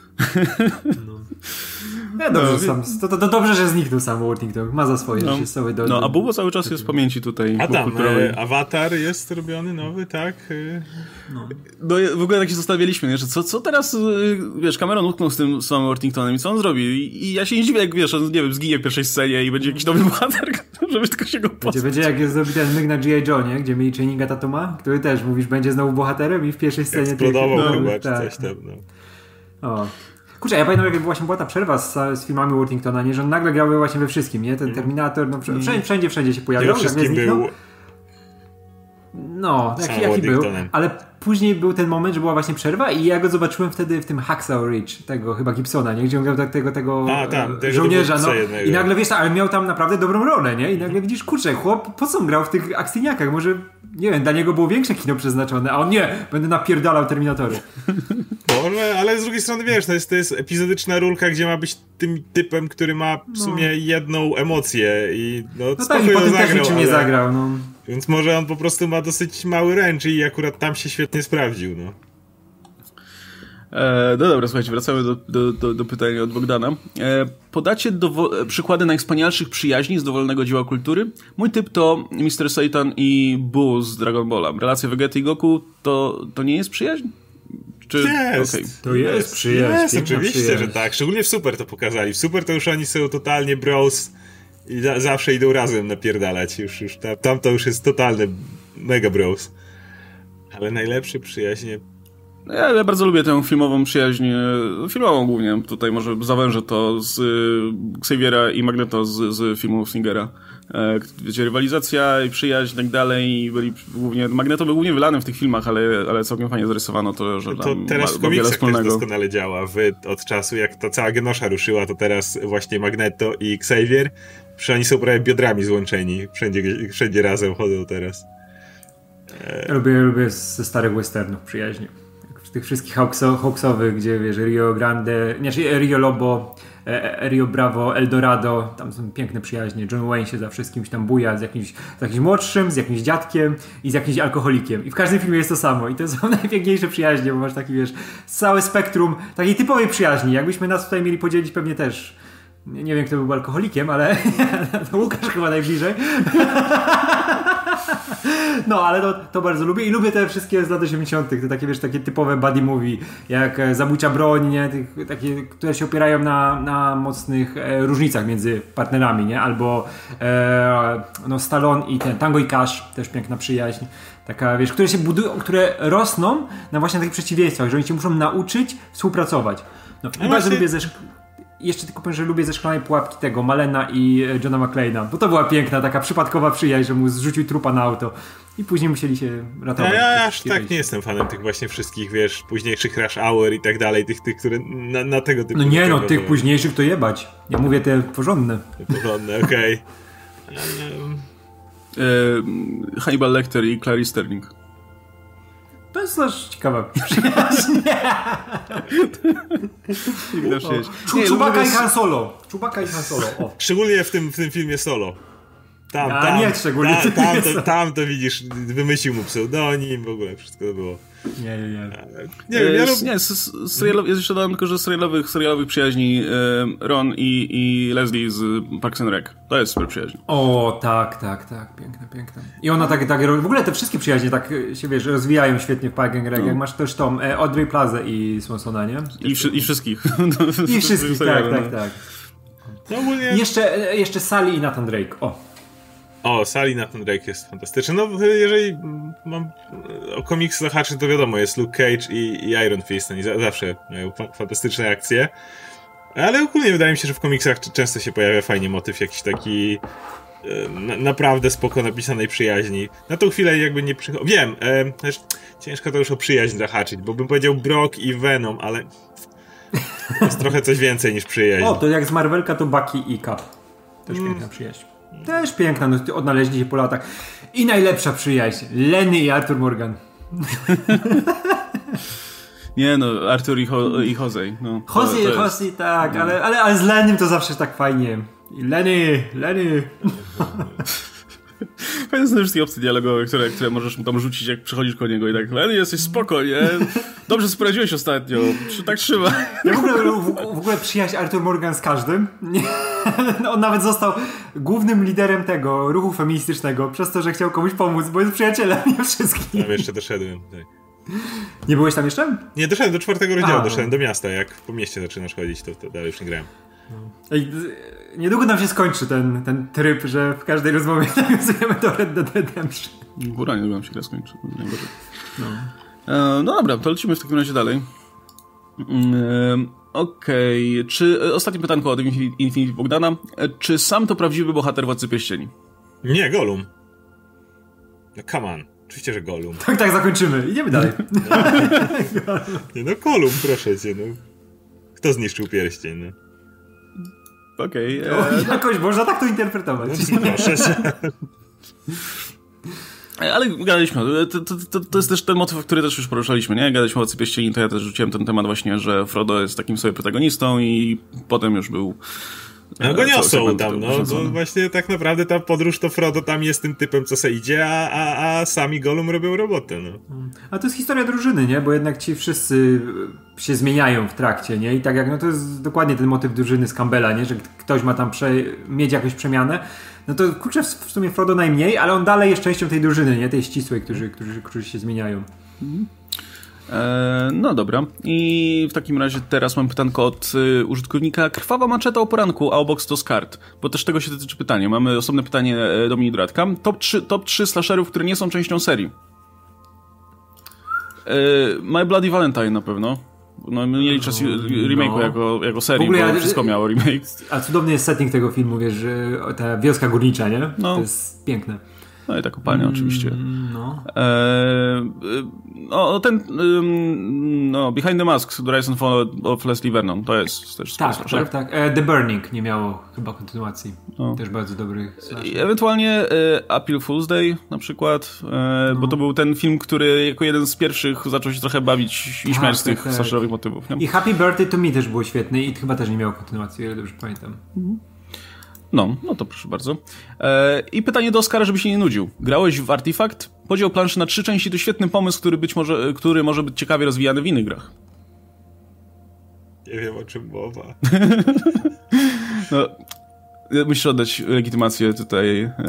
No. Ja, dobrze, no, sam, to, to, to dobrze, że zniknął sam Worthington. Ma za swoje, no, że się sobie do... No, a Bubo cały czas jest w pamięci tutaj. A tam, e, Avatar jest robiony nowy, tak? E... No. no w ogóle tak się zastanawialiśmy, nie? Że co, co teraz, wiesz, Cameron utknął z tym samym Worthingtonem i co on zrobi? I, I ja się nie dziwię, jak wiesz, on, nie wiem, zginie w pierwszej scenie i będzie jakiś nowy bohater, żeby tylko się go pozbyć. Będzie, będzie jak jest zrobił ten myk na G I. Joe, gdzie mieli Channinga Tatuma, który też, mówisz, będzie znowu bohaterem i w pierwszej scenie... Eksplodował tych, chyba, no, czy tak, coś tam, no. O. Kurczę, ja pamiętam, jak właśnie była ta przerwa z, z filmami Worthingtona, nie? Że on nagle grał właśnie we wszystkim, nie? Ten Terminator, no wszędzie, wszędzie, wszędzie się pojawiał. Ja wszystkim był... No, jaki, jaki był, ale później był ten moment, że była właśnie przerwa i ja go zobaczyłem wtedy w tym Hacksaw Ridge, tego chyba Gibsona, nie? Gdzie on grał tak, tego, tego A, tam, e, żołnierza, no. I nagle wiesz, ale miał tam naprawdę dobrą rolę, nie? I nagle widzisz, kurczę, chłop, po co on grał w tych akcyjniakach? Może, nie wiem, dla niego było większe kino przeznaczone, a on nie, będę napierdalał Terminatory. Może, ale z drugiej strony wiesz, to jest, to jest epizodyczna rulka, gdzie ma być tym typem, który ma w sumie no. jedną emocję i no, no tak, i potem też niczym nie zagrał, no. Więc może on po prostu ma dosyć mały ręcz i akurat tam się świetnie sprawdził, no. E, no dobra, słuchajcie, wracamy do, do, do, do pytania od Bogdana. E, podacie dowo- przykłady najwspanialszych przyjaźni z dowolnego dzieła kultury? Mój typ to mister Satan i Boo z Dragon Balla. Relacja Vegety i Goku to, to nie jest przyjaźń? Czy... Jest! Okay. To jest, jest przyjaźń. Jest, oczywiście, przyjaźń. Że tak. Szczególnie w Super to pokazali. W Super to już oni są totalnie bros i za- zawsze idą razem napierdalać. Już, już tam, tam to już jest totalny mega bros. Ale najlepsze przyjaźnie... Ja, ja bardzo lubię tę filmową przyjaźń, filmową głównie. Tutaj może zawężę to z y, Xaviera i Magneto z, z filmu Singera. Wiecie, rywalizacja i przyjaźń i tak dalej i byli głównie, Magneto był głównie wylany w tych filmach, ale, ale całkiem fajnie zarysowano to, że to tam teraz ma, w ma wiele komiksach też wspólnego. doskonale działa. Wy od czasu, jak ta cała genosza ruszyła, to teraz właśnie Magneto i Xavier, przecież oni są prawie biodrami złączeni. Wszędzie, wszędzie razem chodzą teraz. Ja lubię, lubię ze starych westernów przyjaźnie. W tych wszystkich Hawkso, Hawksowych, gdzie wiesz, Rio Grande, nie, Rio Lobo, Rio Bravo, Eldorado, tam są piękne przyjaźnie. John Wayne się zawsze z kimś tam buja, z jakimś, z jakimś młodszym, z jakimś dziadkiem i z jakimś alkoholikiem. I w każdym filmie jest to samo. I to są najpiękniejsze przyjaźnie, bo masz taki, wiesz, całe spektrum takiej typowej przyjaźni. Jakbyśmy nas tutaj mieli podzielić, pewnie też. Nie, nie wiem, kto był alkoholikiem, ale to Łukasz chyba najbliżej. No, ale to, to bardzo lubię i lubię te wszystkie z lat osiemdziesiątych, te takie, wiesz, takie typowe buddy movie, jak Zabójcza broń, nie? Tych, takie, które się opierają na, na mocnych e, różnicach między partnerami, nie? Albo e, no, Stallone i ten Tango i Cash, też piękna przyjaźń. Taka, wiesz, które się budują, które rosną na właśnie takich przeciwieństwach, że oni się muszą nauczyć współpracować. No, i bardzo lubię ze szk- Jeszcze tylko powiem, że lubię ze Szklanej Pułapki tego Malena i Johna McClane'a, bo to była piękna, taka przypadkowa przyjaźń, że mu zrzucił trupa na auto i później musieli się ratować. Ja, ja aż tak wejść. Nie jestem fanem tych właśnie wszystkich, wiesz, późniejszych Rush Hour i tak dalej, tych, tych które na, na tego typu... No nie no, tych to... późniejszych to jebać. Ja mówię te porządne. Te porządne, okej. Okay. um... e, Hannibal Lecter i Clarice Sterling. To jest też ciekawa przyjaźń. Chewbacca i Han Solo. Chewbacca i Han Solo. O. Szczególnie w tym, w tym filmie Solo. Tam, A tam, nie, szczególnie tam, tam, to, tam to widzisz, wymyślił mu pseudonim, w ogóle wszystko to było. Nie, nie, nie. Nie wiem, ja lub... Nie, z, z serialow... jest jeszcze dodam tylko, że serialowych, serialowych przyjaźni e, Ron i, i Leslie z Parks and Rec. To jest super przyjaźń. O, tak, tak, tak. Piękne, piękne. I ona tak, tak, w ogóle te wszystkie przyjaźnie tak się, wiesz, rozwijają świetnie w Parks and Rec. No. Jak masz też tą e, Audrey Plaza i Swansona, nie? I, wszy, i wszystkich. I wszystkich, tak, tak, tak. No, ogólnie... Jeszcze, jeszcze Sally i Nathan Drake. O. O, Sally Nathan Drake jest fantastyczny. No, jeżeli mam o komiks zahaczyć, to wiadomo, jest Luke Cage i, i Iron Fist. Oni za, zawsze mają fa- fantastyczne akcje. Ale ogólnie wydaje mi się, że w komiksach często się pojawia fajnie motyw jakiś taki e, na, naprawdę spoko napisanej przyjaźni. Na tą chwilę jakby nie przychodzi... Wiem, e, też ciężko to już o przyjaźń zahaczyć, bo bym powiedział Brock i Venom, ale to jest trochę coś więcej niż przyjaźń. O, to jak z Marvelka to Bucky i Cap. Też mm. piękna przyjaźń. Też piękna, no, odnaleźli się po latach. I najlepsza przyjaźń. Lenny i Arthur Morgan. Nie no, Arthur i, Ho- i Jose. No, Jose i Jose, tak, no. ale, ale, ale z Lennym to zawsze tak fajnie. I Lenny, Lenny. Fajne są te wszystkie opcje dialogowe, które, które możesz mu tam rzucić, jak przychodzisz koło niego i tak, Lenny, jesteś spoko, nie? Dobrze sobie poradziłeś ostatnio, tak trzyma. Ja w ogóle, w, w ogóle przyjaźń Arthur Morgan z każdym. Nie, on nawet został głównym liderem tego ruchu feministycznego przez to, że chciał komuś pomóc, bo jest przyjacielem nie wszystkich. Tam jeszcze doszedłem. Tak. Nie byłeś tam jeszcze? Nie, doszedłem do czwartego rozdziału, A, doszedłem no. do miasta. Jak po mieście zaczynasz chodzić, to, to dalej już nie grałem. Ej, niedługo nam się skończy ten, ten tryb, że w każdej rozmowie nawiązujemy do Red Dead Redemption. Góra, niedługo nam się gra skończy. No. E, no dobra, to lecimy w takim razie dalej. E, Okej, okay. Czy ostatnie pytanko od Infinity Bogdana. E, czy sam to prawdziwy bohater Władcy Pierścieni? Nie, Gollum. No come on. Oczywiście, że Gollum. Tak, tak, zakończymy. Idziemy dalej. Nie no, Gollum, proszę cię, no. Kto zniszczył pierścień, no? Okej. Okay, e... Jakoś można tak to interpretować. No, proszę cię. Ale gadaliśmy, to, to, to, to jest też ten motyw, który też już poruszaliśmy, nie? Gadaliśmy o Władcy Pierścieni, to ja też rzuciłem ten temat właśnie, że Frodo jest takim sobie protagonistą i potem już był... No go niosą tam, no, no właśnie tak naprawdę ta podróż to Frodo tam jest tym typem, co se idzie, a, a, a sami Gollum robią robotę, no. A to jest historia drużyny, nie? Bo jednak ci wszyscy się zmieniają w trakcie, nie? I tak jak, no to jest dokładnie ten motyw drużyny z Campbella, nie? Że ktoś ma tam prze... mieć jakąś przemianę, no to kurczę, w sumie Frodo najmniej, ale on dalej jest częścią tej drużyny, nie? Tej ścisłej, którzy, którzy, którzy się zmieniają. Mhm. No dobra, i w takim razie teraz mam pytanko od y, użytkownika Krwawa maczeta o poranku, a obok stos kart, bo też tego się dotyczy pytanie. Mamy osobne pytanie do mnie Radka. Top trzy, top trzy slasherów, które nie są częścią serii. y, My Bloody Valentine na pewno. No nie liczę remake'u no. jako, jako serii, ogóle, bo ja, wszystko miało remake. A cudowny jest setting tego filmu, wiesz, że ta wioska górnicza, nie? No. To jest piękne. No i ta kopalnia mm, oczywiście. No. Eee, no ten no, Behind the Mask, The Rise and Fall of Leslie Vernon, to jest też tak, sporo, tak, tak. E, The Burning nie miało chyba kontynuacji. No. Też bardzo dobry. I ewentualnie e, April Fool's Day na przykład, e, no. bo to był ten film, który jako jeden z pierwszych zaczął się trochę bawić i śmiać z tych tak, slasherowych motywów. Nie? I Happy Birthday to mi też było świetne i chyba też nie miało kontynuacji, ale dobrze pamiętam. Mhm. No, no to proszę bardzo. E, I pytanie do Oskara, żeby się nie nudził. Grałeś w Artifact? Podział planszy na trzy części to świetny pomysł, który być może, który może być ciekawie rozwijany w innych grach. Nie wiem, o czym mowa. No, musisz oddać legitymację tutaj e,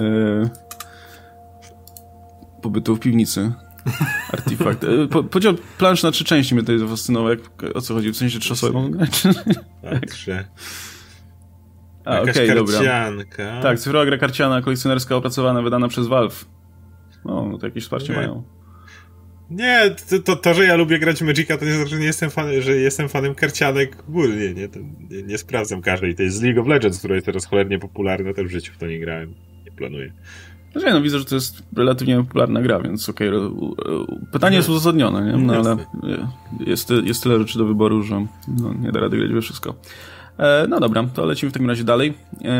pobytu w piwnicy. Artifact. E, po, podział planszy na trzy części mnie tutaj zafascynował. Jak, o co chodzi? W sensie, że trzy osoby mogą grać? Tak, trzy. A, Jakaś okay, karcianka. Dobra. Tak, cyfrowa gra karciana, kolekcjonerska, opracowana, wydana przez Valve. No, no to jakieś wsparcie nie. mają. Nie, to, to, to, że ja lubię grać Magica, to nie znaczy, że nie jestem fan, że jestem fanem karcianek ogólnie, nie, to nie, nie sprawdzam każdej. To jest League of Legends, która jest teraz cholernie popularna, też w życiu w to nie grałem, nie planuję. No, nie, no widzę, że to jest relatywnie popularna gra, więc okej, okay, pytanie jest uzasadnione, nie? No, ale jest, jest tyle rzeczy do wyboru, że no, nie da rady grać we wszystko. No dobra, to lecimy w takim razie dalej.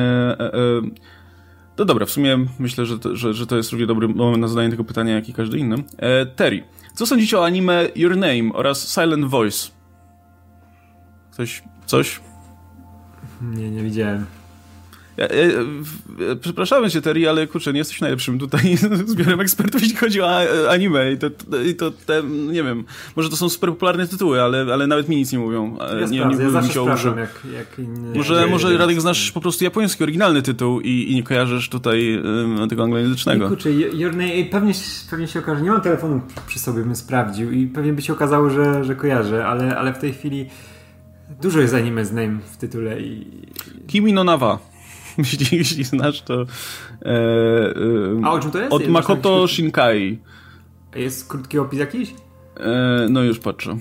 No dobra, w sumie myślę, że to, że, że to jest równie dobry moment na zadanie tego pytania, jak i każdy inny. Terry, co sądzicie o anime Your Name oraz Silent Voice? Coś? Coś? Nie, nie widziałem. Ja, ja, ja, przepraszamy cię, Terry, ale kurczę, nie jesteś najlepszym tutaj zbiorem ekspertów, jeśli chodzi o anime i to, i to te, nie wiem, może to są super popularne tytuły, ale, ale nawet mi nic nie mówią. Ja nie, nie ja zawsze sprawdzam, jak, jak inny... Może, może Radek, znasz po prostu japoński, oryginalny tytuł i, i nie kojarzysz tutaj um, tego anglojęzycznego. Kurczę, Your Name, pewnie, pewnie się okaże, nie mam telefonu przy sobie, bym sprawdził i pewnie by się okazało, że, że kojarzę, ale, ale w tej chwili dużo jest anime z name w tytule i... Kimi no Nawa. Jeśli, jeśli znasz, to... E, e, A o czym to jest? Od Makoto Shinkai. Jest krótki opis jakiś? E, no już patrzę.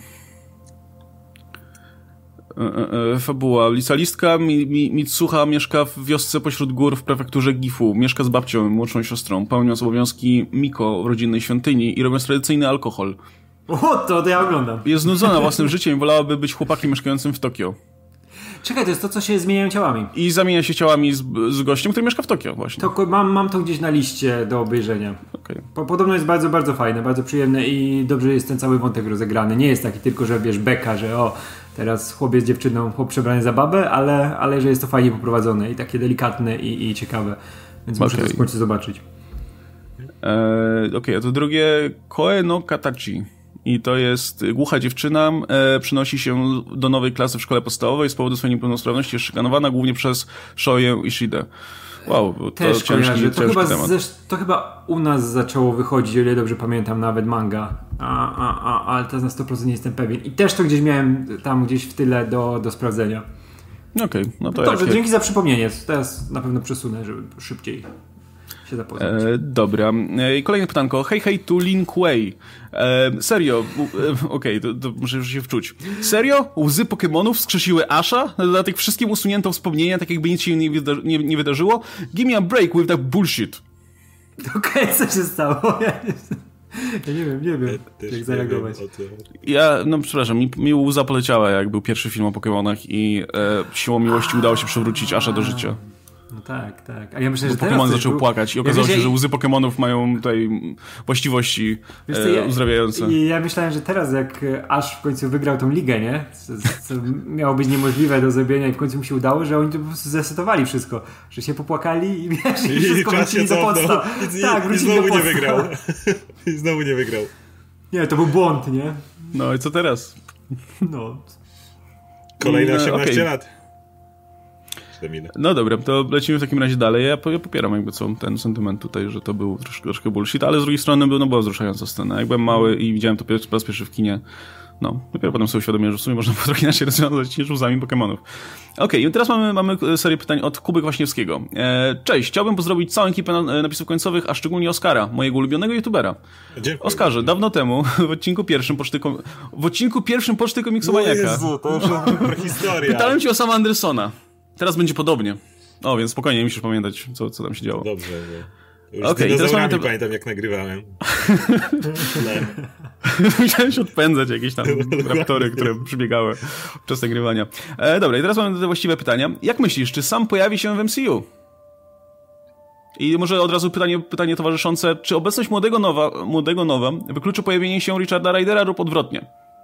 E, e, fabuła. Licealistka Mi, Mi, Mitsuha mieszka w wiosce pośród gór w prefekturze Gifu. Mieszka z babcią, młodszą siostrą. Pełniąc obowiązki Miko w rodzinnej świątyni i robiąc tradycyjny alkohol. O, to, to ja oglądam. Jest znudzona własnym życiem i wolałaby być chłopakiem mieszkającym w Tokio. Czekaj, to jest to, co się zmieniają ciałami. I zamienia się ciałami z, z gościem, który mieszka w Tokio właśnie. To, mam, mam to gdzieś na liście do obejrzenia. Okay. Po, podobno jest bardzo, bardzo fajne, bardzo przyjemne i dobrze jest ten cały wątek rozegrany. Nie jest taki tylko, że wiesz, beka, że o, teraz chłopiec z dziewczyną, chłop przebrany za babę, ale, ale że jest to fajnie poprowadzone i takie delikatne i, i ciekawe. Więc muszę okay. to w końcu zobaczyć. Eee, Okej, okay, a to drugie Koe no Katachi. I to jest głucha dziewczyna, e, przenosi się do nowej klasy w szkole podstawowej z powodu swojej niepełnosprawności, jest szykanowana głównie przez Shoję Ishidę. Wow, to też ciężki, kojarzę. To ciężki chyba temat. Zesz, to chyba u nas zaczęło wychodzić, o ile dobrze pamiętam, nawet manga. A, a, a, ale teraz na sto procent nie jestem pewien. I też to gdzieś miałem tam gdzieś w tyle do, do sprawdzenia. Okej, okay, no to Dobrze, jak... dzięki za przypomnienie. Teraz na pewno przesunę, żeby szybciej się zapoznać. E, dobra. E, kolejne pytanko. Hej, hej, tu Lin Kuei. E, serio, e, okej, okay, to, to muszę już się wczuć. Serio? Łzy Pokemonów wskrzesiły Asha? Na dodatek wszystkim usunięto wspomnienia, tak jakby nic się nie, wyda- nie, nie wydarzyło? Give me a break with that bullshit. Okej, okay, co się stało? Ja nie wiem, nie wiem, ja jak zareagować. Ja, no przepraszam, mi, mi łza poleciała, jak był pierwszy film o Pokemonach i e, siłą miłości udało się przywrócić Asha do życia. No tak, tak. A ja myślę, bo że Pokemon zaczął był... płakać i okazało ja się, że łzy Pokemonów mają tutaj właściwości Wiesz, e, ja, uzdrawiające. I ja myślałem, że teraz jak Ash w końcu wygrał tą ligę, nie? Co, co miało być niemożliwe do zrobienia i w końcu mu się udało, że oni to po prostu zesetowali wszystko. Że się popłakali i wiesz, i, I wszystko wrócili do podstaw. I, tak, i, i znowu nie wygrał. I znowu nie wygrał. Nie, to był błąd, nie? No i co teraz? No. Kolejne osiemnaście okay. lat. No dobra, to lecimy w takim razie dalej. Ja, ja popieram jakby co ten sentyment tutaj, że to był troszkę, troszkę bullshit, ale z drugiej strony no, była wzruszająca scena. Jak byłem mały i widziałem to po raz pierwszy w kinie, No, dopiero potem sobie uświadomiłem, że w sumie można trochę inaczej rozwiązać niż łzami Pokemonów. Okej, okay, i teraz mamy, mamy serię pytań od Kuby Kwaśniewskiego. E, cześć, chciałbym pozdrowić całą ekipę napisów końcowych, a szczególnie Oskara, mojego ulubionego youtubera. Dziękuję. Oskarze, dawno temu, w odcinku pierwszym Poczty, kom... w odcinku pierwszym Poczty Komiksomaniaka. No Jezu, to już historia. Pytałem cię o Sama Andersona. Teraz będzie podobnie. O, więc spokojnie, nie musisz pamiętać, co, co tam się działo. Dobrze, już Okej, okay, teraz mamy te... pamiętam, jak nagrywałem. Musiałem się odpędzać jakieś tam raptory, które przybiegały podczas nagrywania. E, dobra, i teraz mamy te właściwe pytania. Jak myślisz, czy Sam pojawi się w M C U? I może od razu pytanie, pytanie towarzyszące, czy obecność młodego nowa, młodego nowa wykluczy pojawienie się Richarda Rydera lub odwrotnie?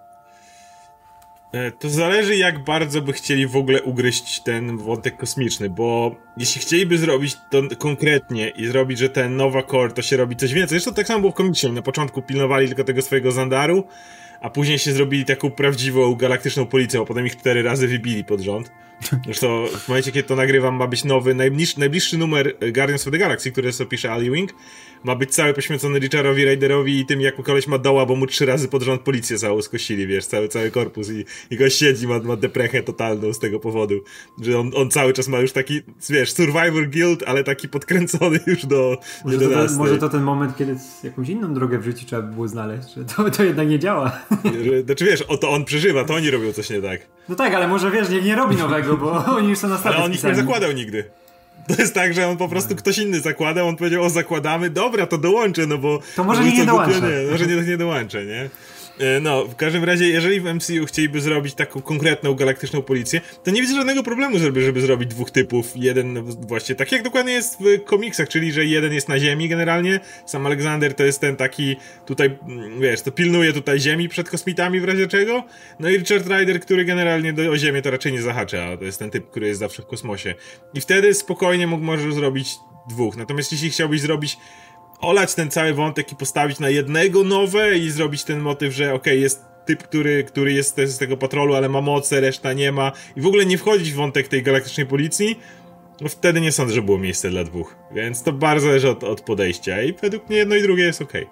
To zależy, jak bardzo by chcieli w ogóle ugryźć ten wątek kosmiczny, bo jeśli chcieliby zrobić to konkretnie i zrobić, że ten Nova Corps to się robi coś więcej, zresztą tak samo było w komiksie, na początku pilnowali tylko tego swojego Zandaru, a później się zrobili taką prawdziwą galaktyczną policją, a potem ich cztery razy wybili pod rząd. Zresztą w momencie, kiedy to nagrywam, ma być nowy, najbliższy, najbliższy numer Guardians of the Galaxy, który sobie pisze Ali Wing, ma być cały poświęcony Richardowi Ryderowi i tym, jak koleś ma doła, bo mu trzy razy pod rząd policję całą skosili, wiesz, cały, cały korpus i, i goś siedzi, ma, ma deprechę totalną z tego powodu, że on, on cały czas ma już taki, wiesz, Survivor Guild, ale taki podkręcony już do może to, może to ten moment, kiedy jakąś inną drogę w życiu trzeba by było znaleźć, że to, to jednak nie działa. Znaczy wiesz, o to on przeżywa, to oni robią coś nie tak. No tak, ale może wiesz, niech nie robi nowego, bo oni już są na stałe. Ale on ich nie zakładał nigdy. To jest tak, że on po prostu ktoś inny zakładał, on powiedział, o zakładamy, dobra, to dołączę, no bo... To może nie, nie dołączę. Nie, może nie, nie dołączę, nie? No, w każdym razie, jeżeli w M C U chcieliby zrobić taką konkretną galaktyczną policję, to nie widzę żadnego problemu, żeby, żeby zrobić dwóch typów. Jeden właśnie tak jak dokładnie jest w komiksach, czyli że jeden jest na ziemi generalnie, sam Alexander to jest ten taki tutaj, wiesz, to pilnuje tutaj ziemi przed kosmitami w razie czego, no i Richard Rider, który generalnie do, o ziemię to raczej nie zahacza, to jest ten typ, który jest zawsze w kosmosie. I wtedy spokojnie mógł, możesz zrobić dwóch. Natomiast jeśli chciałbyś zrobić olać ten cały wątek i postawić na jednego nowe i zrobić ten motyw, że okej, okay, jest typ, który, który jest z tego patrolu, ale ma moce, reszta nie ma i w ogóle nie wchodzić w wątek tej galaktycznej policji, no wtedy nie sądzę, że było miejsce dla dwóch. Więc to bardzo zależy od, od podejścia i według mnie jedno i drugie jest okej.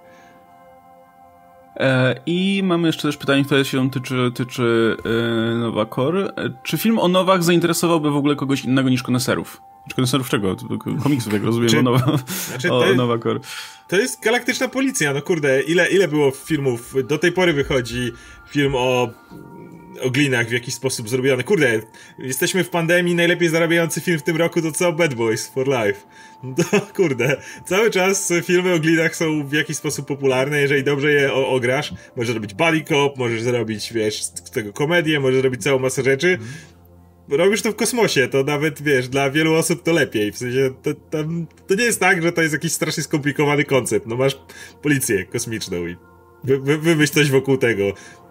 Okay. E, I mamy jeszcze też pytanie, które się tyczy, tyczy e, Nova Corps. Czy film o Nowach zainteresowałby w ogóle kogoś innego niż koneserów? Czy koneserów czego? Komiksów, jak rozumiem, Czy, o, Nowa, znaczy o jest, Nova Corps. To jest galaktyczna policja, no kurde, ile, ile było filmów? Do tej pory wychodzi film o, o glinach w jakiś sposób zrobiony. Kurde, jesteśmy w pandemii, najlepiej zarabiający film w tym roku to co? Bad Boys for Life. No kurde, cały czas filmy o glinach są w jakiś sposób popularne, jeżeli dobrze je o, ograsz. Możesz zrobić buddy cop, możesz zrobić, wiesz, z tego komedię, możesz zrobić całą masę rzeczy. Mm. Robisz to w kosmosie, to nawet, wiesz, dla wielu osób to lepiej, w sensie, to, to, to nie jest tak, że to jest jakiś strasznie skomplikowany koncept, no masz policję kosmiczną i wy, wy, wymyśl coś wokół tego.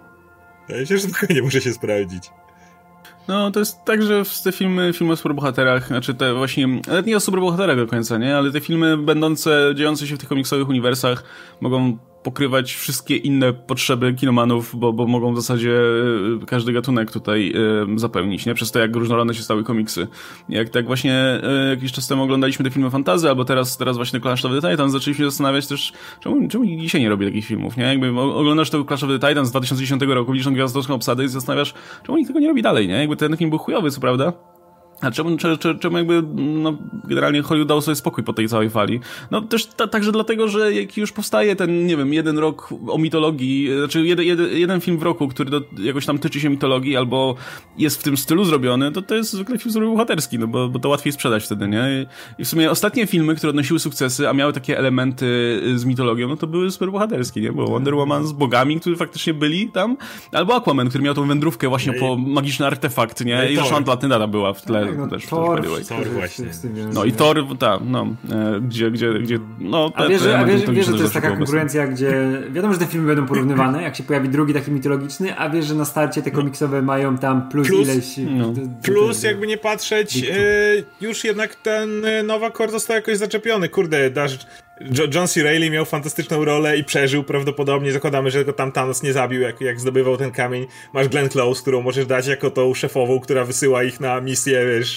Ja myślę, że spokojnie może się sprawdzić. No, to jest tak, że te filmy, filmy o superbohaterach, znaczy te właśnie, nawet nie o superbohaterach do końca, nie, ale te filmy będące, dziejące się w tych komiksowych uniwersach mogą pokrywać wszystkie inne potrzeby kinomanów, bo, bo mogą w zasadzie każdy gatunek tutaj y, zapełnić, nie? Przez to, jak różnorodne się stały komiksy. Jak tak właśnie y, jakiś czas temu oglądaliśmy te filmy fantasy, albo teraz, teraz właśnie Clash of the Titans, zaczęliśmy zastanawiać też, czemu, czemu dzisiaj nie robi takich filmów, nie? Jakby oglądasz tego Clash of the Titans z dwa tysiące dziesiątego roku, widzisz tą gwiazdowską obsadę i zastanawiasz, czemu nikt tego nie robi dalej, nie? Jakby ten film był chujowy, co prawda? A czemu, czemu jakby, no, generalnie Hollywood dał sobie spokój po tej całej fali? No też ta, także dlatego, że jak już powstaje ten, nie wiem, jeden rok o mitologii, znaczy jeden, jeden, jeden film w roku, który do, jakoś tam tyczy się mitologii, albo jest w tym stylu zrobiony, to to jest zwykle film bohaterski, no bo, bo to łatwiej sprzedać wtedy, nie? I w sumie ostatnie filmy, które odnosiły sukcesy, a miały takie elementy z mitologią, no to były superbohaterskie, nie? Bo Wonder Woman z bogami, którzy faktycznie byli tam, albo Aquaman, który miał tą wędrówkę właśnie po magiczny artefakt, nie? I zresztą Atlantyda była w tle. No, też, Thor, też Thor właśnie. No i Thor, tak, no, e, gdzie, gdzie, gdzie, no... A wiesz, a wiesz, wiesz, że to jest taka konkurencja, gdzie wiadomo, że te filmy będą porównywane, jak się pojawi drugi taki mitologiczny, a wiesz, że na starcie te komiksowe mają tam plus, plus ileś... No. D- d- plus, d- jakby nie patrzeć, e, już jednak ten Nova Corps został jakoś zaczepiony. Kurde, dasz... John C. Reilly miał fantastyczną rolę i przeżył prawdopodobnie. Zakładamy, że go tam Thanos nie zabił, jak, jak zdobywał ten kamień. Masz Glenn Close, którą możesz dać jako tą szefową, która wysyła ich na misję, wiesz,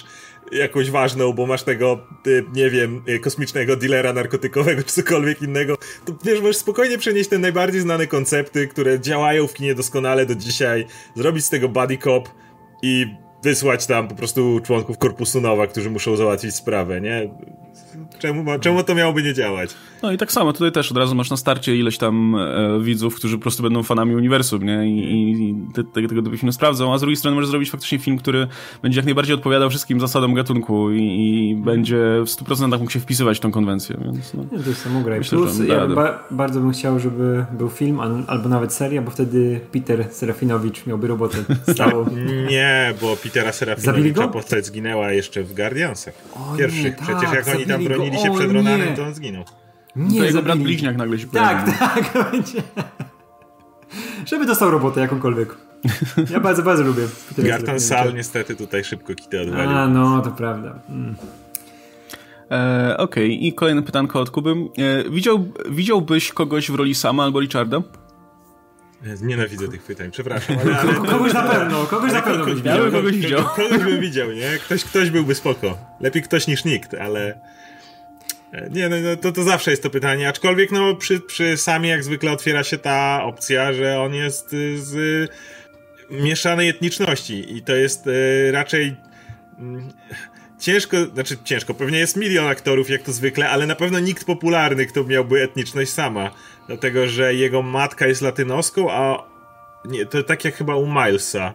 jakąś ważną, bo masz tego, nie wiem, kosmicznego dealera narkotykowego czy cokolwiek innego, to wiesz, możesz spokojnie przenieść te najbardziej znane koncepty, które działają w kinie doskonale do dzisiaj, zrobić z tego buddy cop i wysłać tam po prostu członków Korpusu Nowa, którzy muszą załatwić sprawę, nie? Czemu, ma, czemu to miałoby nie działać? No i tak samo, tutaj też od razu masz na starcie ileś tam e, widzów, którzy po prostu będą fanami uniwersum, nie? I, i te, te, tego typu filmy sprawdzą, a z drugiej strony możesz zrobić faktycznie film, który będzie jak najbardziej odpowiadał wszystkim zasadom gatunku i, i będzie w stu procentach mógł się wpisywać w tą konwencję, więc no. No to jest samograj. Myślę, Plus że ja ba- bardzo bym chciał, żeby był film albo nawet seria, bo wtedy Peter Serafinowicz miałby robotę stałą. Nie, bo Petera Serafinowicza postać zginęła jeszcze w Guardiansach. O Pierwszych. Nie, Przecież tak, jak oni tam bronili się o, przed Ronanem, nie. to on zginął. Nie, to jego brat zabili. bliźniak nagle się pojawił. Tak, tak, będzie. Żeby dostał robotę jakąkolwiek. Ja bardzo, bardzo lubię. Garton Sal niestety tutaj szybko kitę odwalił. A, no, to prawda. Mm. E, Okej, okay. I kolejne pytanko od Kuby. E, widział, widziałbyś kogoś w roli Sama albo Richarda? Nienawidzę tych pytań, przepraszam. Ale, ale, kogoś na pewno, kogoś na pewno byś widział. Kogoś widział. Kogoś bym widział, nie? Ktoś, ktoś byłby spoko. Lepiej ktoś niż nikt, ale... Nie, no, no to, to zawsze jest to pytanie, aczkolwiek no przy, przy Samie jak zwykle otwiera się ta opcja, że on jest z y, mieszanej etniczności i to jest y, raczej y, ciężko, znaczy ciężko, pewnie jest milion aktorów jak to zwykle, ale na pewno nikt popularny, kto miałby etniczność Sama, dlatego, że jego matka jest latynoską, a nie, to tak jak chyba u Milesa.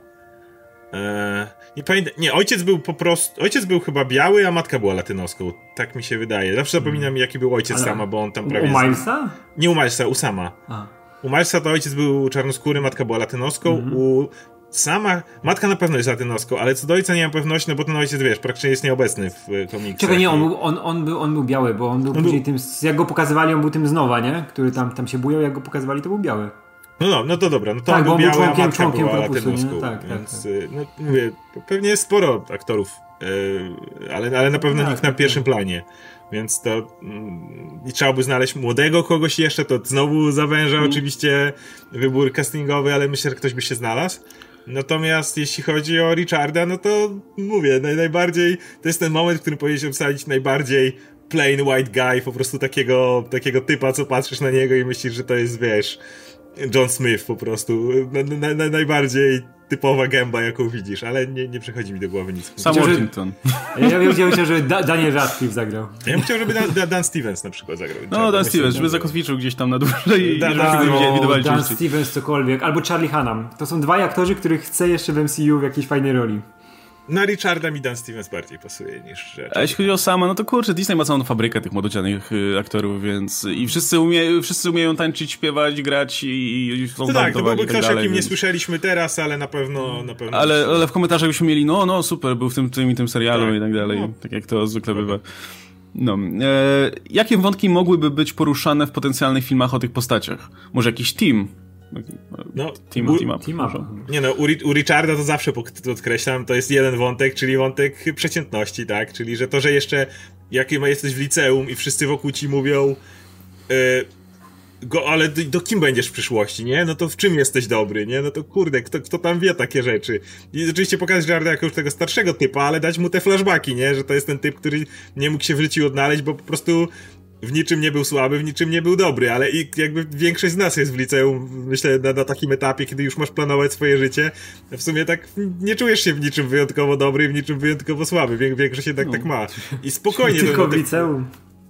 Eee, nie pamiętam, nie, ojciec był po prostu, ojciec był chyba biały, a matka była latynoską, tak mi się wydaje. Zawsze zapominam jaki był ojciec ale Sama, bo on tam prawie... U Milesa? Nie u Milesa, u Sama. A. U Milesa to ojciec był czarnoskóry, matka była latynoską, mhm. u Sama, matka na pewno jest latynoską, ale co do ojca nie mam pewności, no bo ten ojciec, wiesz, praktycznie jest nieobecny w komiksach. Czekaj, nie, on był, on, on, był, on był biały, bo on był on później był... tym, jak go pokazywali, on był tym z Nowa, nie? Który tam, tam się bujał, jak go pokazywali, to był biały. No, no, no to dobra, no to tak, on był biały, członkiem, a matka członkiem była korpusu, latynoską, tak, więc tak, tak. no mówię, pewnie jest sporo aktorów, yy, ale, ale na pewno tak, nikt tak, na pierwszym tak. planie, więc to mm, i trzeba by znaleźć młodego kogoś jeszcze, to znowu zawęża mm. oczywiście wybór castingowy, ale myślę, że ktoś by się znalazł. Natomiast jeśli chodzi o Richarda, no to mówię, naj, najbardziej, to jest ten moment, w którym powinien się obsadzić najbardziej plain white guy, po prostu takiego, takiego typa, co patrzysz na niego i myślisz, że to jest, wiesz, John Smith po prostu, na, na, na, najbardziej typowa gęba, jaką widzisz, ale nie, nie przychodzi mi do głowy nic. Sam Worthington. Ja, ja bym chciał, żeby da, Daniel Radcliffe zagrał. Ja bym chciał, żeby Dan, Dan Stevens na przykład zagrał. No, Dan Stevens, żeby zakotwiczył gdzieś tam na dłużej i Dan, żeby no, widywali Dan częściej. Stevens cokolwiek, albo Charlie Hunnam. To są dwaj aktorzy, których chcę jeszcze w M C U w jakiejś fajnej roli. Na Richarda mi Dan Stevens bardziej pasuje niż rzecz. A jeśli chodzi o Sama, no to kurczę, Disney ma całą fabrykę tych młodocianych y, aktorów, więc i wszyscy, umie, wszyscy umieją tańczyć, śpiewać, grać i, i są to tak, to byłby tak ktoś, dalej, jakim więc... nie słyszeliśmy teraz, ale na pewno na pewno. Ale, ale w komentarzach byśmy mieli, no, no, super, był w tym, tym i tym serialu tak. i tak dalej, no. tak jak to zwykle bywa. No. E, jakie wątki mogłyby być poruszane w potencjalnych filmach o tych postaciach? Może jakiś team? No, team, u, team up. Team up. Nie no, u, u Richarda to zawsze podkreślam, to jest jeden wątek, czyli wątek przeciętności, tak? Czyli, że to, że jeszcze jak jesteś w liceum i wszyscy wokół ci mówią yy, go, ale do, do kim będziesz w przyszłości, nie? No to w czym jesteś dobry, nie? No to kurde, kto, kto tam wie takie rzeczy? I oczywiście pokazać Richarda jako już tego starszego typa, ale dać mu te flashbacki, nie? Że to jest ten typ, który nie mógł się w życiu odnaleźć, bo po prostu w niczym nie był słaby, w niczym nie był dobry, ale i jakby większość z nas jest w liceum, myślę, na, na takim etapie, kiedy już masz planować swoje życie, w sumie tak nie czujesz się w niczym wyjątkowo dobry i w niczym wyjątkowo słaby, Wiek, większość jednak no. tak ma. I spokojnie... Tylko w tak, liceum.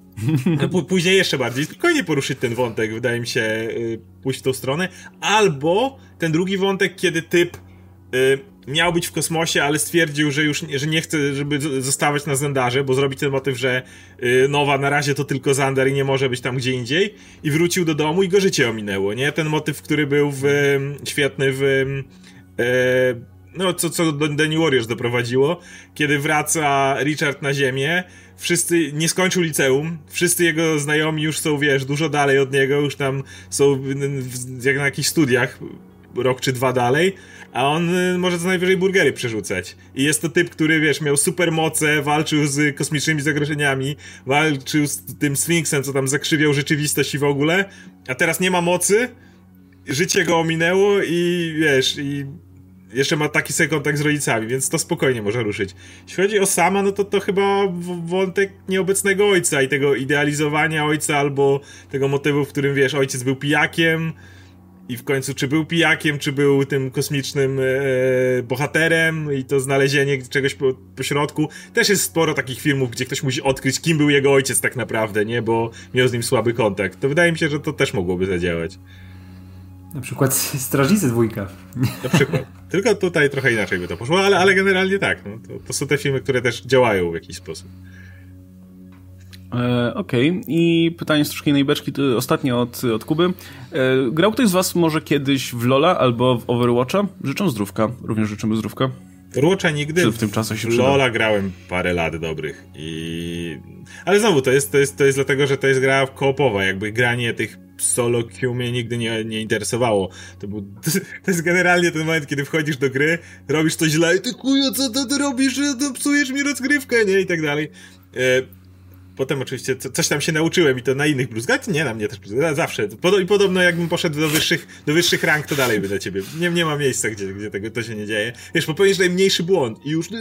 No, później jeszcze bardziej, spokojnie poruszyć ten wątek, wydaje mi się, yy, pójść w tą stronę, albo ten drugi wątek, kiedy typ yy, miał być w kosmosie, ale stwierdził, że już że nie chce, żeby zostawać na Zandarze, bo zrobić ten motyw, że yy, Nowa na razie to tylko Zandar i nie może być tam gdzie indziej, i wrócił do domu i go życie ominęło, nie? Ten motyw, który był w, yy, świetny w... Yy, no, co, co do The New Warriors doprowadziło, kiedy wraca Richard na ziemię, wszyscy, nie skończył liceum, wszyscy jego znajomi już są, wiesz, dużo dalej od niego, już tam są jak na jakichś studiach, rok czy dwa dalej, a on y, może co najwyżej burgery przerzucać. I jest to typ, który, wiesz, miał super moce, walczył z kosmicznymi zagrożeniami, walczył z tym Sfinksem, co tam zakrzywiał rzeczywistość i w ogóle, a teraz nie ma mocy, życie go ominęło i, wiesz, i jeszcze ma taki sobie kontakt z rodzicami, więc to spokojnie może ruszyć. Jeśli chodzi o Sama, no to to chyba wątek nieobecnego ojca i tego idealizowania ojca, albo tego motywu, w którym, wiesz, ojciec był pijakiem i w końcu czy był pijakiem, czy był tym kosmicznym e, bohaterem i to znalezienie czegoś po, po środku. Też jest sporo takich filmów, gdzie ktoś musi odkryć, kim był jego ojciec tak naprawdę, nie? Bo miał z nim słaby kontakt. To wydaje mi się, że to też mogłoby zadziałać. Na przykład Strażnicy dwójka. Na przykład. Tylko tutaj trochę inaczej by to poszło, ale, ale generalnie tak. No, to, to są te filmy, które też działają w jakiś sposób. E, Okej. Okay. I pytanie z troszkę innej beczki, to ostatnie od, od Kuby. E, grał ktoś z was może kiedyś w LoL'a albo w Overwatcha? Życzę zdrówka. Również życzymy zdrówka. Overwatcha nigdy. Czy w tym czasie się w LoL'a grałem parę lat dobrych. I... Ale znowu, to jest, to, jest, to jest dlatego, że to jest gra koopowa. Jakby granie tych solo queue mnie nigdy nie, nie interesowało. To, był, to jest generalnie ten moment, kiedy wchodzisz do gry, robisz to źle i ty kujo, co to ty robisz? To psujesz mi rozgrywkę, nie? I tak dalej. E, Potem oczywiście coś tam się nauczyłem i to na innych bluzgach, nie na mnie też, zawsze. I podobno jakbym poszedł do wyższych, do wyższych rank, to dalej by dla ciebie. Nie, nie ma miejsca, gdzie, gdzie tego to się nie dzieje. Wiesz, popełnisz najmniejszy błąd i już...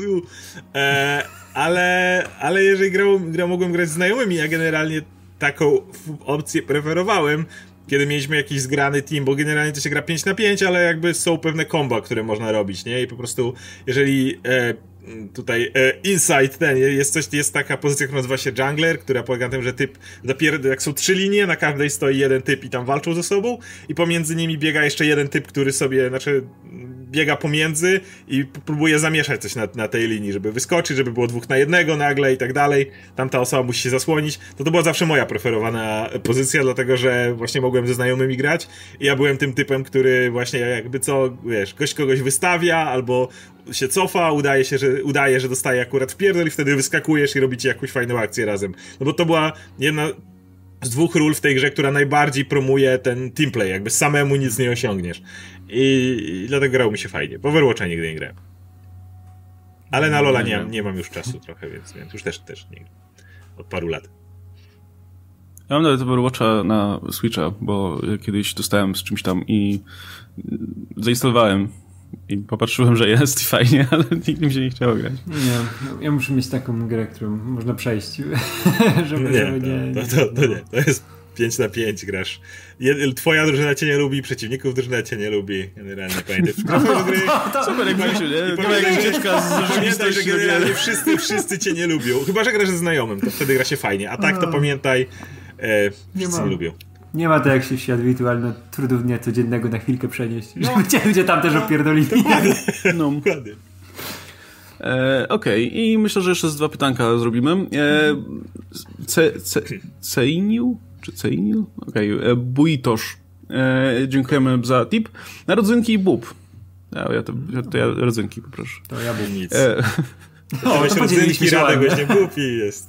E, ale, ale jeżeli grał, grał, mogłem grać z znajomymi, ja generalnie taką opcję preferowałem, kiedy mieliśmy jakiś zgrany team, bo generalnie to się gra pięć na pięć, ale jakby są pewne komba, które można robić, nie? I po prostu, jeżeli e, tutaj e, insight ten, jest coś, jest taka pozycja, która nazywa się jungler, która polega na tym, że typ, zapier- jak są trzy linie, na każdej stoi jeden typ i tam walczą ze sobą i pomiędzy nimi biega jeszcze jeden typ, który sobie, znaczy biega pomiędzy i próbuje zamieszać coś na, na tej linii, żeby wyskoczyć, żeby było dwóch na jednego nagle i tak dalej. Tamta osoba musi się zasłonić. To to była zawsze moja preferowana pozycja, dlatego że właśnie mogłem ze znajomymi grać i ja byłem tym typem, który właśnie jakby co, wiesz, gość kogoś wystawia albo się cofa, udaje się, że udaje, że dostaje akurat w pierdol i wtedy wyskakujesz i robicie jakąś fajną akcję razem. No bo to była jedna z dwóch ról w tej grze, która najbardziej promuje ten teamplay, jakby samemu nic nie osiągniesz. I, i dlatego grało mi się fajnie. Bo Overwatcha nigdy nie grałem. Ale na LoL'a nie, nie mam już czasu trochę, więc, więc już też, też nie. Od paru lat. Ja mam nawet Overwatcha na Switcha, bo kiedyś dostałem z czymś tam i zainstalowałem i popatrzyłem, że jest i fajnie, ale nigdy mi się nie chciało grać. Nie, ja muszę mieć taką grę, którą można przejść, żeby nie, nie, to, to, to, to nie, to jest pięć na pięć grasz. Twoja drużyna cię nie lubi, przeciwników drużyna cię nie lubi. Generalnie pamiętaj. No, to, gry, to, super, jak Maciu, nie? To jak ucieczka z rzeczywistości. Że generalnie wszyscy, wszyscy cię nie lubią. Chyba, że grasz ze znajomym, to wtedy gra się fajnie. A tak to pamiętaj, e, wszyscy nie, nie lubią. Nie ma to jak się świat wirtualny trudów dnia codziennego na chwilkę przenieść. No. Żeby cię ludzie tam też no. opierdolili. No, dokładnie. E, Okej, okay. I myślę, że jeszcze z dwa pytanka zrobimy. E, ce, ce, Ceiniu? Czy Ceiniu? Okej, okay. Buitosz. E, dziękujemy za tip. Na rodzynki i bób. Ja, ja to, to ja rodzynki poproszę. To ja bób nic. E, no, to rodzynki, Radek właśnie głupi jest.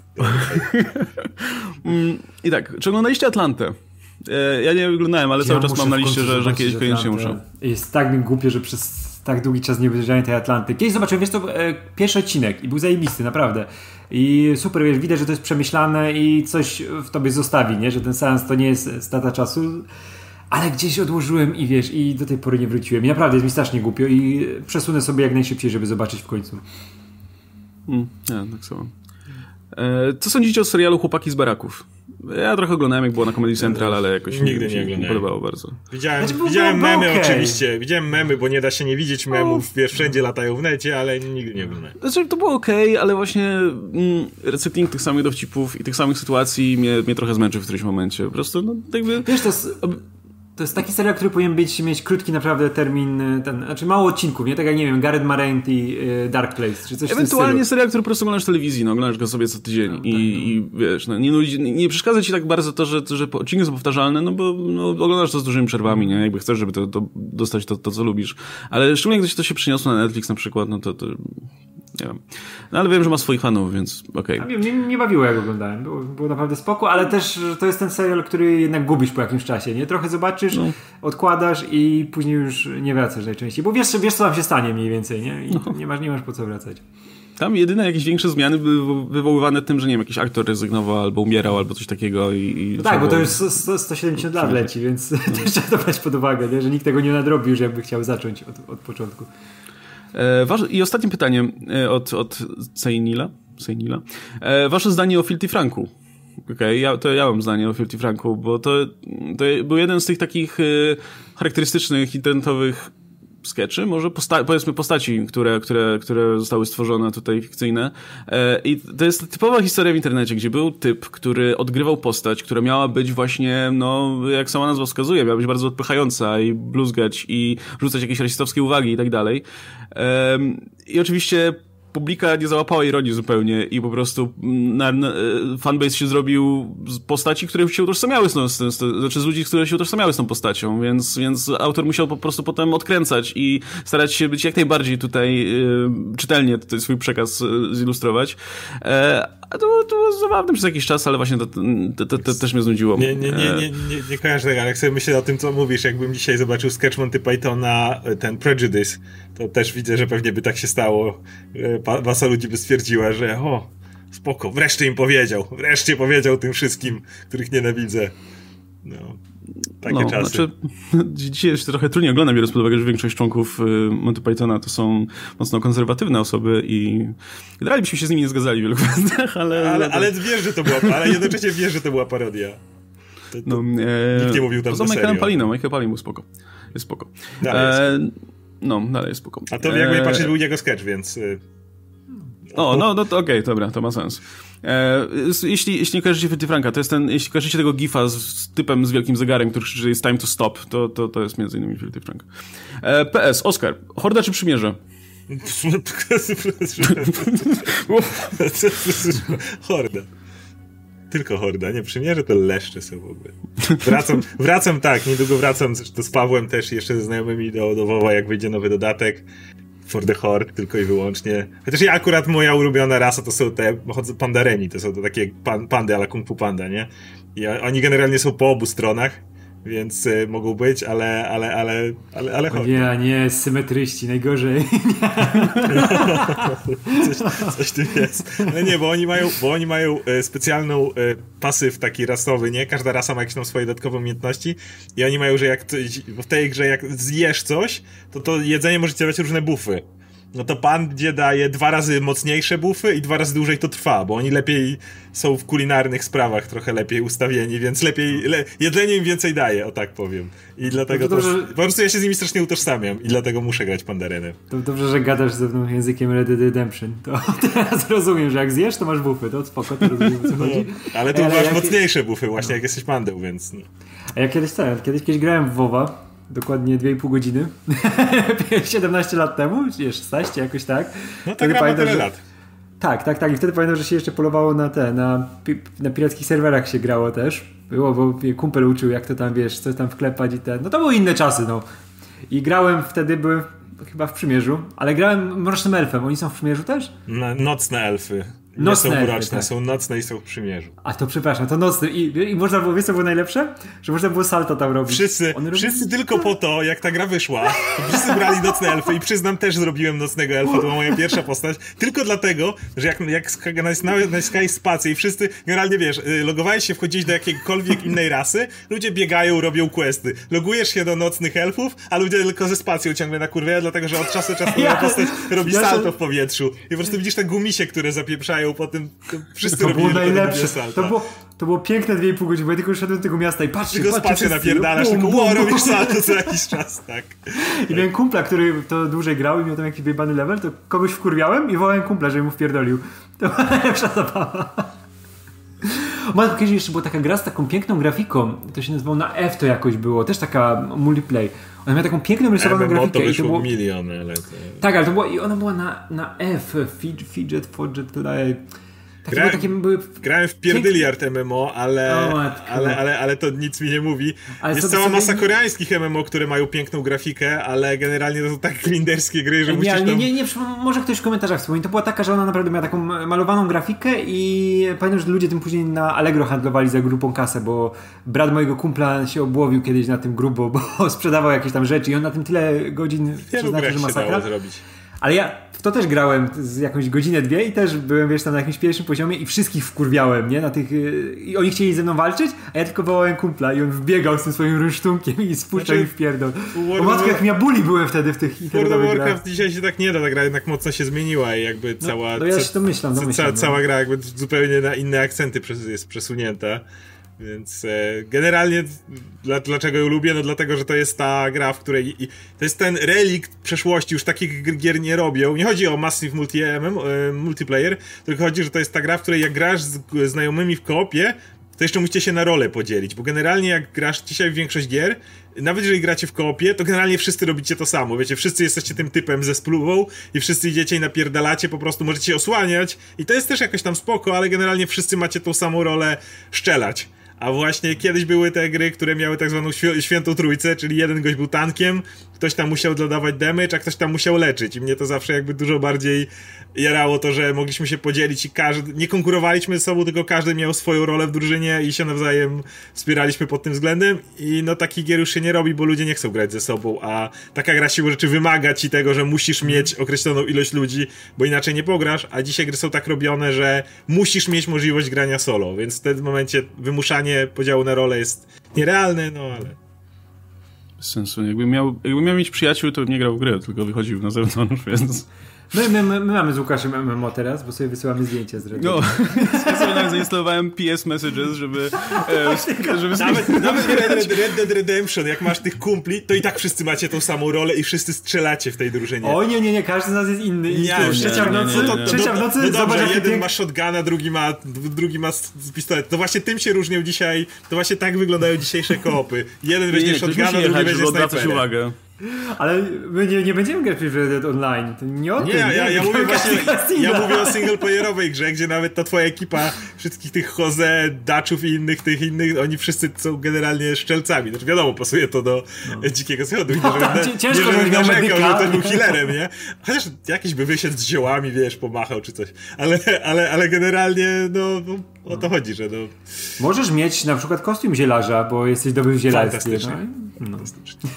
I tak, czy oglądaliście Atlantę? Ja nie oglądałem, ale ja cały czas mam na liście, że, że kiedyś koniecznie muszę. Jest tak mi głupie, że przez tak długi czas nie wyjeżdżałem tej Atlanty. Kiedyś zobaczyłem, wiesz to e, pierwszy odcinek i był zajebisty, naprawdę. I super, wiesz, widać, że to jest przemyślane i coś w tobie zostawi, nie? Że ten seans to nie jest strata czasu, ale gdzieś odłożyłem i wiesz, i do tej pory nie wróciłem. I naprawdę jest mi strasznie głupio i przesunę sobie jak najszybciej, żeby zobaczyć w końcu. Mm, ja, tak samo. E, co sądzicie o serialu Chłopaki z baraków? Ja trochę oglądałem, jak było na Comedy Central, ale jakoś nigdy nie, nie oglądałem. Nie podobało bardzo. Widziałem, znaczy, widziałem memy okay. oczywiście. Widziałem memy, bo nie da się nie widzieć memów. Wiesz, wszędzie latają w necie, ale nigdy nie oglądałem. Znaczy, to było okej, okay, ale właśnie mm, recykling tych samych dowcipów i tych samych sytuacji mnie, mnie trochę zmęczył w którymś momencie. Po prostu, no jakby... Wiesz, to jest... To jest taki serial, który powinien być, mieć krótki naprawdę termin, ten, znaczy mało odcinków, nie? Tak jak, nie wiem, Gareth Marenghi i y, Dark Place, czy coś ewentualnie serial, który po prostu oglądasz w telewizji, no oglądasz go sobie co tydzień no, i, tak, i wiesz, no, nie, nie, nie przeszkadza ci tak bardzo to, że, że odcinki są powtarzalne, no bo no, oglądasz to z dużymi przerwami, nie? Jakby chcesz, żeby to, to dostać to, to, co lubisz. Ale szczególnie gdy to się przyniosło na Netflix na przykład, no to, to nie wiem. No ale wiem, że ma swoich fanów, więc okej. Okay. Mnie nie bawiło, jak oglądałem. Było, było naprawdę spoko, ale też to jest ten serial, który jednak gubisz po jakimś czasie, nie? Trochę zobaczysz, no. odkładasz i później już nie wracasz najczęściej, bo wiesz, wiesz co tam się stanie mniej więcej, nie? I no. nie, masz, nie masz po co wracać. Tam jedyne jakieś większe zmiany były wywoływane tym, że nie wiem, jakiś aktor rezygnował albo umierał, albo coś takiego. I, i no tak, bo to już sto, sto siedemdziesiąt lat leci, więc też trzeba to brać pod uwagę, nie? Że nikt tego nie nadrobił, że jakby chciał zacząć od, od początku. E, wasz, I ostatnie pytanie od, od Sejnila. Sejnila. E, wasze zdanie o Filthy Franku. Okej, okay, ja, to ja mam zdanie o Filthy Franku, bo to, to był jeden z tych takich y, charakterystycznych internetowych sketchy, może posta- powiedzmy postaci, które, które, które zostały stworzone tutaj fikcyjne. E, I to jest typowa historia w internecie, gdzie był typ, który odgrywał postać, która miała być właśnie, no, jak sama nazwa wskazuje, miała być bardzo odpychająca i bluzgać i rzucać jakieś rasistowskie uwagi i tak dalej. E, I oczywiście publika nie załapała ironii zupełnie i po prostu na, na, fanbase się zrobił z postaci, które się utożsamiały z tą, z, z, znaczy z ludzi, które się utożsamiały z tą postacią, więc, więc autor musiał po prostu potem odkręcać i starać się być jak najbardziej tutaj y, czytelnie tutaj swój przekaz y, zilustrować. E, a to, to było zabawne przez jakiś czas, ale właśnie to, to, to, to też mnie znudziło. Nie, nie, nie, nie, nie, nie kojarzę tego, ale jak sobie myślę o tym, co mówisz, jakbym dzisiaj zobaczył sketch Monty Pythona, ten Prejudice, to też widzę, że pewnie by tak się stało. Masa ludzi by stwierdziła, że o, spoko, wreszcie im powiedział, wreszcie powiedział tym wszystkim, których nienawidzę. No, takie no, czasy. Znaczy, dzisiaj już trochę trudniej oglądam, biorąc pod uwagę, że większość członków Monty Pythona to są mocno konserwatywne osoby i generalnie byśmy się z nimi nie zgadzali w wielu kwestiach, ale... Ale, ale wiesz, że to była, ale jednocześnie wiesz, że to była parodia. To, to no, e, nikt nie mówił tam poza na serio. Michaelem Paliną, Michael Palin był spoko. Jest spoko. Dalej jest. E, no, dalej jest spoko. A to jakby patrzeć był jego sketch, więc... O, no, no to okej, okay, dobra, to ma sens. E, jeśli, jeśli nie kojarzycie Filthy Franka, to jest ten, jeśli kojarzycie tego gifa z, z typem z wielkim zegarem, który krzyczy "It's time to stop", to, to, to jest między innymi Filthy Frank. E, P S, Oskar, Horda czy Przymierze? Horda. Tylko Horda, nie, Przymierze to leszcze są w ogóle. Wracam, wracam tak, niedługo wracam to z Pawłem też jeszcze ze znajomymi do, do WoWa, jak wyjdzie nowy dodatek. For the Horde, tylko i wyłącznie. Chociaż ja akurat moja ulubiona rasa to są te pandareni, to są to takie pan, pandy a la Kung Fu Panda, nie? I oni generalnie są po obu stronach, więc y, mogą być, ale, ale, ale, ale, ale Horde. Nie, nie, symetryści, najgorzej. coś, coś tym jest. Ale nie, bo oni mają, bo oni mają y, specjalną y, pasyw taki rasowy, nie? Każda rasa ma jakieś tam swoje dodatkowe umiejętności i oni mają, że jak w tej grze jak zjesz coś, to to jedzenie może ci dawać różne buffy. No to pan gdzie daje dwa razy mocniejsze buffy i dwa razy dłużej to trwa, bo oni lepiej są w kulinarnych sprawach trochę lepiej ustawieni, więc lepiej, le, jedzenie im więcej daje, o tak powiem. I dlatego to, to, to po prostu ja się z nimi strasznie utożsamiam i dlatego muszę grać Pandarenem. To dobrze, że gadasz ze mną językiem Red Dead Redemption. To teraz rozumiem, że jak zjesz, to masz buffy, to spoko, to rozumiem, o co chodzi. No, ale tu ale masz jak... mocniejsze buffy właśnie, no. Jak jesteś pandą, więc... No. A ja kiedyś tak, kiedyś, kiedyś grałem w WoWa, dokładnie dwie i pół godziny, siedemnaście lat temu, czy szesnaście, jakoś tak. No tak gra ma tyle że... lat. Tak, tak, tak. I wtedy pamiętam, że się jeszcze polowało na te, na, pi- na pirackich serwerach się grało też. Było, bo mnie kumpel uczył, jak to tam, wiesz, co tam wklepać i te... No to były inne czasy, no. I grałem wtedy, byłem chyba w Przymierzu, ale grałem Mrocznym Elfem. Oni są w Przymierzu też? No, nocne elfy. Nie Nocne są elfy, mroczne, tak. Są nocne i są w Przymierzu. A to przepraszam, to nocne. I, i można było, wiesz co było najlepsze? Że można było salto tam robić. Wszyscy, wszyscy robi... tylko po to, jak ta gra wyszła, wszyscy brali nocne elfy i przyznam, też zrobiłem nocnego elfa, to była moja pierwsza postać, tylko dlatego, że jak, jak naciskałeś spację i wszyscy, generalnie wiesz, logowałeś się, wchodziłeś do jakiejkolwiek innej rasy, ludzie biegają, robią questy. Logujesz się do nocnych elfów, a ludzie tylko ze spacją ciągle nakurwiają, dlatego, że od czasu do czasu moja ja, postać robi ja salto w powietrzu. I po prostu widzisz te gumisie, które zapieprzają po tym. Wszyscy to było najlepsze. To, to, było, to było piękne dwie i pół godziny, bo ja tylko szedłem do tego miasta i patrzcie, tylko patrzcie. Tylko spację napierdalasz, tylko ło, robisz salto co jakiś czas, tak. I miałem kumpla, który to dłużej grał i miał tam jakiś wyjebany level, to kogoś wkurwiałem i wołałem kumpla, żeby mu wpierdolił. To była najlepsza zabawa. Matko, kiedyś jeszcze była taka gra z taką piękną grafiką, to się nazywało na F to jakoś było, też taka multiplayer. Ona miała taką piękną rysowaną M M O grafikę. To wyszło i to było... miliony, ale... To... Tak, ale to była, i ona była na, na F, Fidget, Fodget, tutaj... Takie grałem, takie były... grałem w pierdyliard M M O, ale, o, ale, ale, ale to nic mi nie mówi. Ale jest cała masa sobie... koreańskich M M O, które mają piękną grafikę, ale generalnie to są tak grinderskie gry, że nie, musisz tam... Nie, nie, nie, może ktoś w komentarzach wspomni. To była taka, że ona naprawdę miała taką malowaną grafikę i pamiętam, że ludzie tym później na Allegro handlowali za grupą kasę, bo brat mojego kumpla się obłowił kiedyś na tym grubo, bo sprzedawał jakieś tam rzeczy i on na tym tyle godzin przeznaczył, że masakra. Zrobić. Ale ja w to też grałem z jakąś godzinę, dwie i też byłem, wiesz, tam na jakimś pierwszym poziomie i wszystkich wkurwiałem, nie? Na tych, yy, i oni chcieli ze mną walczyć, a ja tylko wołałem kumpla i on wbiegał z tym swoim rynsztunkiem i spuszczał znaczy, mi w pierdol. World O matko, jak miabuli byłem wtedy w tych World of Warcraft dzisiaj się tak nie da, ta gra jednak mocno się zmieniła i jakby cała... No, no ja się domyślam, domyślam. Ca, ca, cała gra jakby zupełnie na inne akcenty jest przesunięta. Więc e, generalnie dla, dlaczego ją lubię? No dlatego, że to jest ta gra, w której i, to jest ten relikt przeszłości, już takich gier nie robią. Nie chodzi o Massive multi, e, Multiplayer, tylko chodzi, że to jest ta gra, w której jak grasz z znajomymi w koopie, to jeszcze musicie się na rolę podzielić, bo generalnie jak grasz dzisiaj w większość gier, nawet jeżeli gracie w koopie, to generalnie wszyscy robicie to samo, wiecie, wszyscy jesteście tym typem ze spluwą i wszyscy idziecie i napierdalacie, po prostu możecie się osłaniać i to jest też jakoś tam spoko, ale generalnie wszyscy macie tą samą rolę szczelać. A właśnie kiedyś były te gry, które miały tak zwaną świ- świętą trójcę, czyli jeden gość był tankiem, ktoś tam musiał dodawać damage, a ktoś tam musiał leczyć i mnie to zawsze jakby dużo bardziej jarało to, że mogliśmy się podzielić i każdy, nie konkurowaliśmy ze sobą, tylko każdy miał swoją rolę w drużynie i się nawzajem wspieraliśmy pod tym względem i no takich gier już się nie robi, bo ludzie nie chcą grać ze sobą, a taka gra siłą rzeczy wymaga ci tego, że musisz mieć określoną ilość ludzi, bo inaczej nie pograsz, a dzisiaj gry są tak robione, że musisz mieć możliwość grania solo, więc w tym momencie wymuszanie podziału na rolę jest nierealne, no ale... Bez sensu. Jakbym miał, jakbym miał mieć przyjaciół, to nie grał w grę, tylko wychodził na zewnątrz, więc... My, my, my, my mamy z Łukaszem M M O teraz, bo sobie wysyłamy zdjęcia z Red Dead. No, ja sobie nawet zainstalowałem P S Messages, żeby... E, żeby nawet nawet Red, Red, Red Dead Redemption, jak masz tych kumpli, to i tak wszyscy macie tą samą rolę i wszyscy strzelacie w tej drużynie. O nie, nie, nie, każdy z nas jest inny. Nie, nie, trzecia w nocy, nie, nie, nie. trzecia w nocy, no dobrze, zobacz, jeden pięk... ma shotguna, drugi ma, drugi ma pistolet. To właśnie tym się różnią dzisiaj, to właśnie tak wyglądają dzisiejsze koopy. Jeden weźmie shotguna, drugi weźmie snajperę. uwagę. Ale my nie, nie będziemy grać w Red Dead Online. To nie o nie, tym. Ja, ja, ja mówię właśnie, castinga. ja mówię o singleplayerowej grze, gdzie nawet ta twoja ekipa, wszystkich tych Jose, Dutchów i innych, tych innych, oni wszyscy są generalnie szczelcami. Znaczy wiadomo, pasuje to do no. Dzikiego Zachodu. Nie, No, żebym, tak, nie, ciężko, żebym żeby narzekał, medyka. że to był healerem, nie? Chociaż jakiś by wysiadł z ziołami, wiesz, pomachał czy coś. Ale, ale, ale generalnie, no, no o to chodzi, że no... Możesz mieć na przykład kostium zielarza, bo jesteś dobrym zielarstwie. Fantastycznie. No. Fantastycznie.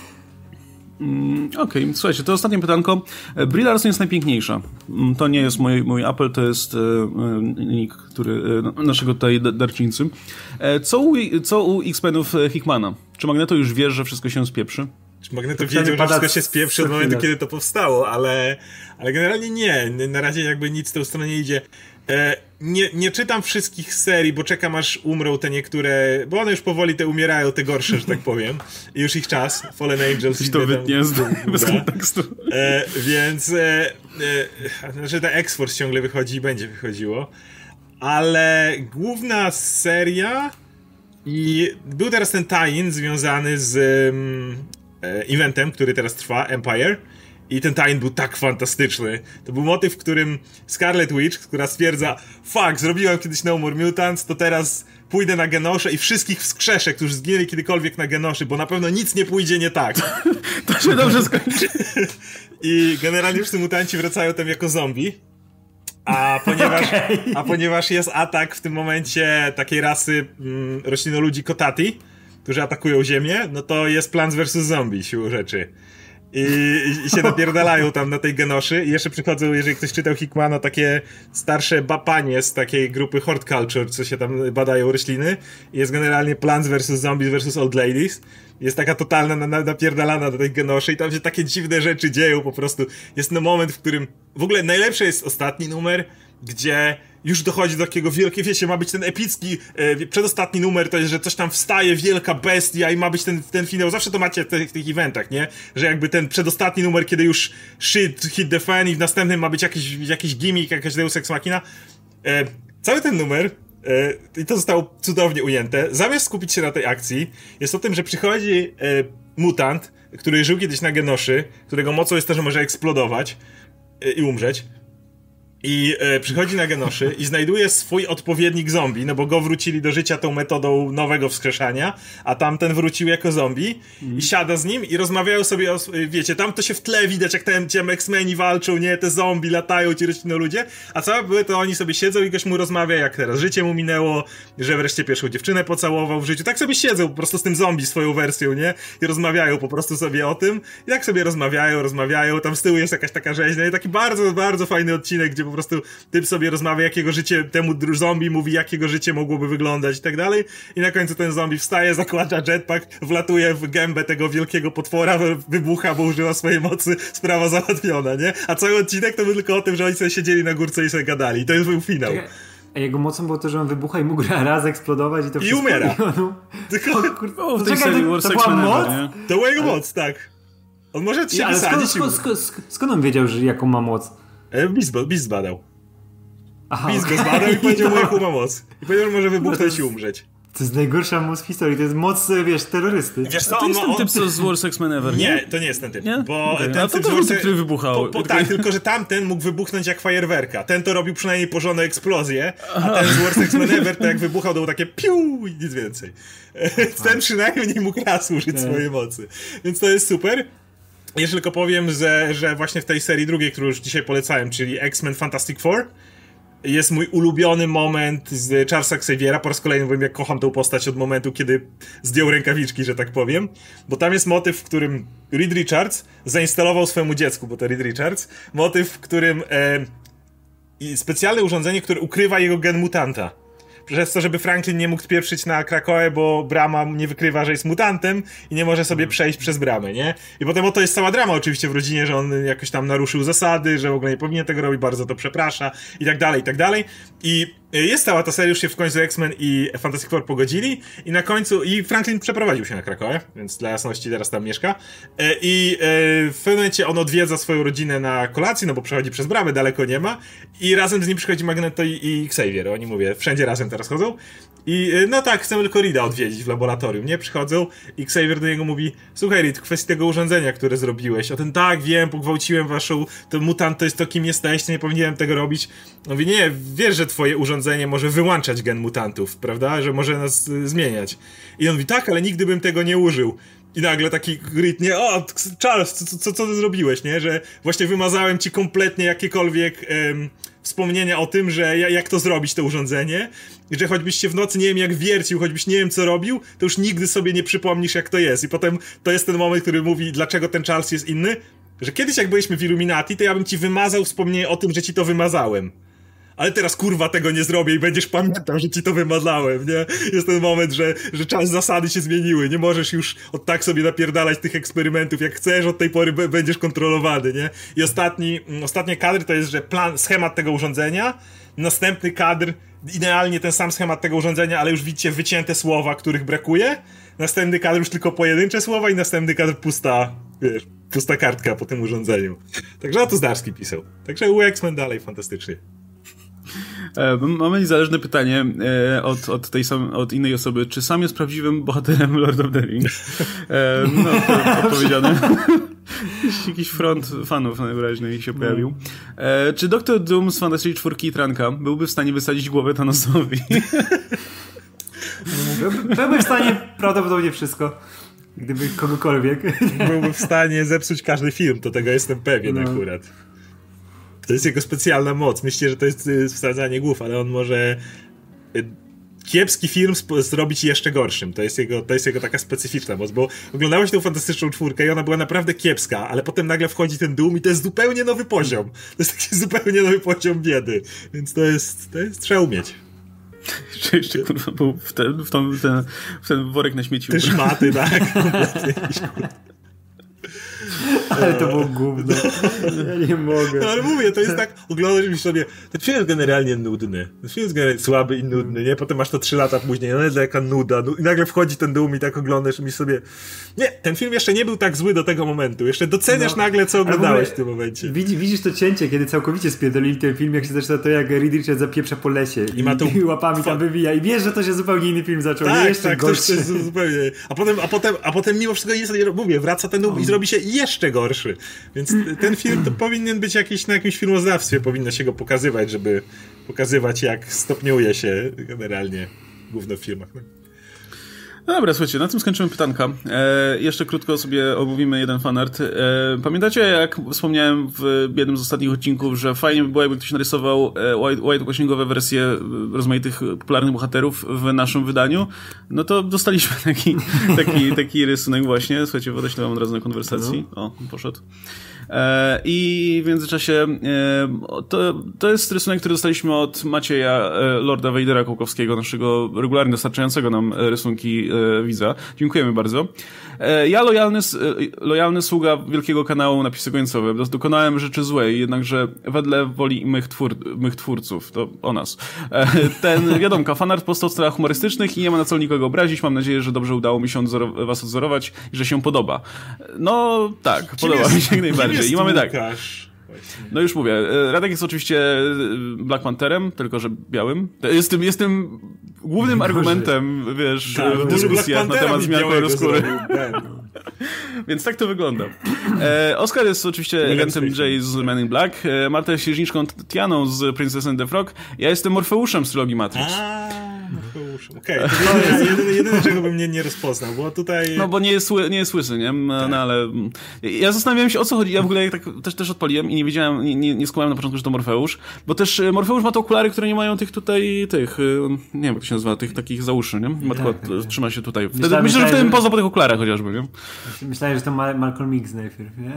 Mm, Okej, okay. Słuchajcie, to ostatnie pytanko. Brie Larson jest najpiękniejsza. To nie jest mój, mój apel, to jest e, nick, który, e, naszego tutaj darczyńcy. E, co u, co u X-Menów Hickmana? Czy Magneto już wie, że wszystko się spieprzy? Czy Magneto wiedział, że wszystko się spieprzy od momentu, kiedy to powstało, ale, ale generalnie nie. Na razie jakby nic w tą stronę nie idzie. E, nie, nie czytam wszystkich serii, bo czekam aż umrą te niektóre, bo one już powoli te umierają, te gorsze, że tak powiem. I już ich czas. Fallen Angels. I to wytnie bez kontekstu. E, więc e, e, znaczy ta X-Force ciągle wychodzi i będzie wychodziło. Ale główna seria i był teraz ten tie-in związany z um, e, eventem, który teraz trwa, Empire. I ten tie-in był tak fantastyczny. To był motyw, w którym Scarlet Witch, która stwierdza, fuck, zrobiłem kiedyś No More Mutants, to teraz pójdę na Genosze i wszystkich wskrzeszę, którzy zginęli kiedykolwiek na Genoszy, bo na pewno nic nie pójdzie nie tak. To się dobrze skończy. I generalnie wszyscy mutanci wracają tam jako zombie. A ponieważ, okay. a ponieważ jest atak w tym momencie takiej rasy mm, roślinoludzi Kotati, którzy atakują Ziemię, no to jest Plants versus. Zombie siłą rzeczy. I, i się napierdalają tam na tej Genoszy i jeszcze przychodzą, jeżeli ktoś czytał Hickmana, takie starsze bapanie z takiej grupy Horticulture, co się tam badają rośliny. I jest generalnie Plants versus. Zombies versus. Old Ladies. Jest taka totalna na, na, napierdalana do tej Genoszy i tam się takie dziwne rzeczy dzieją po prostu. Jest no moment, w którym w ogóle najlepszy jest ostatni numer, gdzie już dochodzi do takiego wielkiego, wiecie, ma być ten epicki, e, przedostatni numer, to jest, że coś tam wstaje, wielka bestia i ma być ten, ten finał. Zawsze to macie w tych, tych eventach, nie? Że jakby ten przedostatni numer, kiedy już shit hit the fan i w następnym ma być jakiś, jakiś gimmick, jakaś Deus Ex Machina. E, cały ten numer, e, i to zostało cudownie ujęte, zamiast skupić się na tej akcji, jest o tym, że przychodzi e, mutant, który żył kiedyś na Genoszy, którego mocą jest to, że może eksplodować e, i umrzeć. I e, przychodzi na Genoszy i znajduje swój odpowiednik zombie, no bo go wrócili do życia tą metodą nowego wskrzeszania, a tamten wrócił jako zombie mm. i siada z nim i rozmawiają sobie o, wiecie, tam to się w tle widać, jak tam ci X-Meni walczą, nie, te zombie latają, ci roślino ludzie, a całe były to oni sobie siedzą i goś mu rozmawia, jak teraz życie mu minęło, że wreszcie pierwszą dziewczynę pocałował w życiu, tak sobie siedzą po prostu z tym zombie, swoją wersją, nie, i rozmawiają po prostu sobie o tym, i tak sobie rozmawiają, rozmawiają, tam z tyłu jest jakaś taka rzeźnia i taki bardzo, bardzo fajny odcinek, gdzie po prostu typ sobie rozmawia, jakiego życie temu zombie mówi, jakiego życie mogłoby wyglądać i tak dalej. I na końcu ten zombie wstaje, zakłada jetpack, wlatuje w gębę tego wielkiego potwora, wybucha, bo użyła swojej mocy, sprawa załatwiona, nie? A cały odcinek to był tylko o tym, że oni sobie siedzieli na górce i sobie gadali. I to już był finał. A jego mocą było to, że on wybucha i mógł raz eksplodować i to wszystko... I umiera. Tylko... O, kur... o, w tej serii War to była moc? Nie? To była jego moc, tak. On może się ja, ale wysadzić. Skąd, skąd, skąd, skąd on wiedział, że jaką ma moc? Beast zbadał. Aha, Beast okay. go zbadał i powiedział mu, jaką ma moc. I powiedział, że może wybuchnąć i umrzeć. To jest najgorsza moc w historii, to jest moc, wiesz, terrorysty. Wiesz co, to jest ten typ z Worst X-Men Ever, nie? Nie, to nie jest ten typ. Nie? Bo Okay. ten A typ to był typ, który wybuchał. Po, po, tak, tylko że tamten mógł wybuchnąć jak fajerwerka. Ten to robił przynajmniej porządne eksplozje, a ten z Worst X-Men Ever to jak wybuchał, to było takie piu i nic więcej. Ten przynajmniej mógł raz użyć nie. swojej mocy. Więc to jest super. Jeszcze tylko powiem, że, że właśnie w tej serii drugiej, którą już dzisiaj polecałem, czyli X-Men Fantastic Four, jest mój ulubiony moment z Charlesa Xaviera. Po raz kolejny powiem, jak kocham tę postać od momentu, kiedy zdjął rękawiczki, że tak powiem. Bo tam jest motyw, w którym Reed Richards zainstalował swojemu dziecku, bo to Reed Richards, motyw, w którym e, specjalne urządzenie, które ukrywa jego gen mutanta. Przez to, żeby Franklin nie mógł pieprzyć na Krakoę, bo brama nie wykrywa, że jest mutantem i nie może sobie przejść przez bramę, nie? I potem oto jest cała drama oczywiście w rodzinie, że on jakoś tam naruszył zasady, że w ogóle nie powinien tego robić, bardzo to przeprasza i tak dalej, i tak dalej. I jest cała ta seria, już się w końcu X-Men i Fantastic Four pogodzili i na końcu, i Franklin przeprowadził się na Krakoę, więc dla jasności teraz tam mieszka. I w pewnym momencie on odwiedza swoją rodzinę na kolację, no bo przechodzi przez bramę, daleko nie ma, i razem z nim przychodzi Magneto i, i Xavier. Oni, mówię, wszędzie razem teraz chodzą. I no tak, chcemy tylko Reeda odwiedzić w laboratorium, nie? Przychodzą i Xavier do niego mówi: słuchaj Reed, kwestia tego urządzenia, które zrobiłeś. O ten, tak, wiem, pogwałciłem waszą, ten mutant to jest to, kim jesteście, nie powinienem tego robić. On mówi: nie, wiesz, że twoje urządzenie może wyłączać gen mutantów, prawda? Że może nas y, zmieniać. I on mówi: tak, ale nigdy bym tego nie użył. I nagle taki Reed, nie, o, Charles, co, co, co ty zrobiłeś, nie? Że właśnie wymazałem ci kompletnie jakiekolwiek em, wspomnienia o tym, że jak to zrobić, to urządzenie. I że choćbyś się w nocy nie wiem jak wiercił, choćbyś nie wiem co robił, to już nigdy sobie nie przypomnisz jak to jest. I potem to jest ten moment, który mówi, dlaczego ten Charles jest inny. Że kiedyś jak byliśmy w Illuminati, to ja bym ci wymazał wspomnienie o tym, że ci to wymazałem. Ale teraz kurwa tego nie zrobię i będziesz pamiętał, że ci to wymazałem, nie? Jest ten moment, że, że czas zasady się zmieniły, nie możesz już od tak sobie napierdalać tych eksperymentów, jak chcesz, od tej pory b- będziesz kontrolowany, nie? I ostatni, ostatni kadr to jest, że plan, schemat tego urządzenia, następny kadr, idealnie ten sam schemat tego urządzenia, ale już widzicie wycięte słowa, których brakuje, następny kadr już tylko pojedyncze słowa i następny kadr pusta, wiesz, pusta kartka po tym urządzeniu. Także o to Zdarski pisał. Także u X-Men dalej fantastycznie. Mamy niezależne pytanie e, od, od tej sam, od innej osoby. Czy sam jest prawdziwym bohaterem Lord of the Rings? E, no, to odpowiedziane. Jakiś front fanów najwyraźniej się pojawił. E, czy doktor Doom z Fantasy czwórki i Tranka byłby w stanie wysadzić głowę Thanosowi? Byłby w stanie prawdopodobnie wszystko. Gdyby kogokolwiek. Byłby w stanie zepsuć każdy film, to tego jestem pewien no. akurat. To jest jego specjalna moc. Myślę, że to jest wsadzanie głów, ale on może kiepski film sp- zrobić jeszcze gorszym. To jest, jego, to jest jego taka specyficzna moc, bo oglądałeś tę Fantastyczną Czwórkę i ona była naprawdę kiepska, ale potem nagle wchodzi ten Doom i to jest zupełnie nowy poziom. To jest taki zupełnie nowy poziom biedy. Więc to jest, to jest trzeba umieć. Jeszcze, jeszcze kurwa był w ten, w, tą, w, ten, w ten worek na śmieci. Te szmaty, tak. Ale to było gówno. Ja nie mogę. No ale mówię, to jest tak, oglądasz mi sobie, ten film jest generalnie nudny. Ten film jest generalnie słaby i nudny, nie? Potem masz to trzy lata później, no jest jaka nuda. I nagle wchodzi ten Doom i tak oglądasz i mi sobie... Nie, ten film jeszcze nie był tak zły do tego momentu. Jeszcze doceniasz no, nagle, co oglądałeś w, w tym momencie. Widzisz, widzisz to cięcie, kiedy całkowicie spierdolili ten film, jak się zaczyna to, jak Reed Richards zapieprza po lesie i, i, ma tą... i łapami tam wywija i wiesz, że to się zupełnie inny film zaczął. Tak, jeszcze tak, gorszy. to jest zupełnie... A potem, a, potem, a potem mimo wszystko jest, mówię, wraca ten Doom no. i zrobi się jeszcze gorszy. gorszy. Więc ten film to powinien być jakiś na jakimś filmoznawstwie, powinno się go pokazywać, żeby pokazywać, jak stopniuje się generalnie gówno w filmach. No. No dobra, słuchajcie, na tym skończymy pytanka. E, jeszcze krótko sobie omówimy jeden fanart. E, pamiętacie, jak wspomniałem w jednym z ostatnich odcinków, że fajnie by było, jakby ktoś narysował whitewashingowe wersje rozmaitych popularnych bohaterów w naszym wydaniu? No to dostaliśmy taki, taki, taki rysunek właśnie. Słuchajcie, odeślę wam od razu na konwersacji. O, poszedł. E, I w międzyczasie e, to, to jest rysunek, który dostaliśmy od Macieja e, Lorda Wejdera Kołkowskiego, naszego regularnie dostarczającego nam rysunki e, widza. Dziękujemy bardzo. E, ja lojalny, e, lojalny sługa wielkiego kanału Napisy Końcowe. Dokonałem rzeczy złej, jednakże wedle woli mych, twór, mych twórców, to o nas. E, ten, wiadomka, fanart powstał w celach humorystycznych i nie ma na celu nikogo obrazić. Mam nadzieję, że dobrze udało mi się odzoro- was odzorować i że się podoba. No tak, Kim podoba jest, mi się jak najbardziej. I mamy tak. No już mówię, Radek jest oczywiście Black Pantherem, tylko że białym. Jestem, jestem głównym argumentem, wiesz, tak, w dyskusjach na temat zmian koloru. Więc tak to wygląda. E, Oscar jest oczywiście agentem Jay z Men in Black, e, Marta jest księżniczką Tianą z Princess and the Frog, ja jestem Morfeuszem z trylogii Matrix. Okej, okay, to jest jedyne, jedyne, czego bym nie, nie rozpoznał, bo tutaj... No bo nie jest, nie jest łysy, nie? No, tak. No ale... Ja zastanawiałem się, o co chodzi. Ja w ogóle tak też, też odpaliłem i nie wiedziałem, nie, nie, nie skumałem na początku, że to Morfeusz, bo też Morfeusz ma te okulary, które nie mają tych tutaj, tych, nie wiem jak to się nazywa, tych takich za uszy, nie? Ma tylko, tak, tak. Trzyma się tutaj. Wtedy, myślałem, myślę, że wtedy że... poza po tych okularach chociażby, nie? Myślałem, że to Malcolm X najpierw, nie?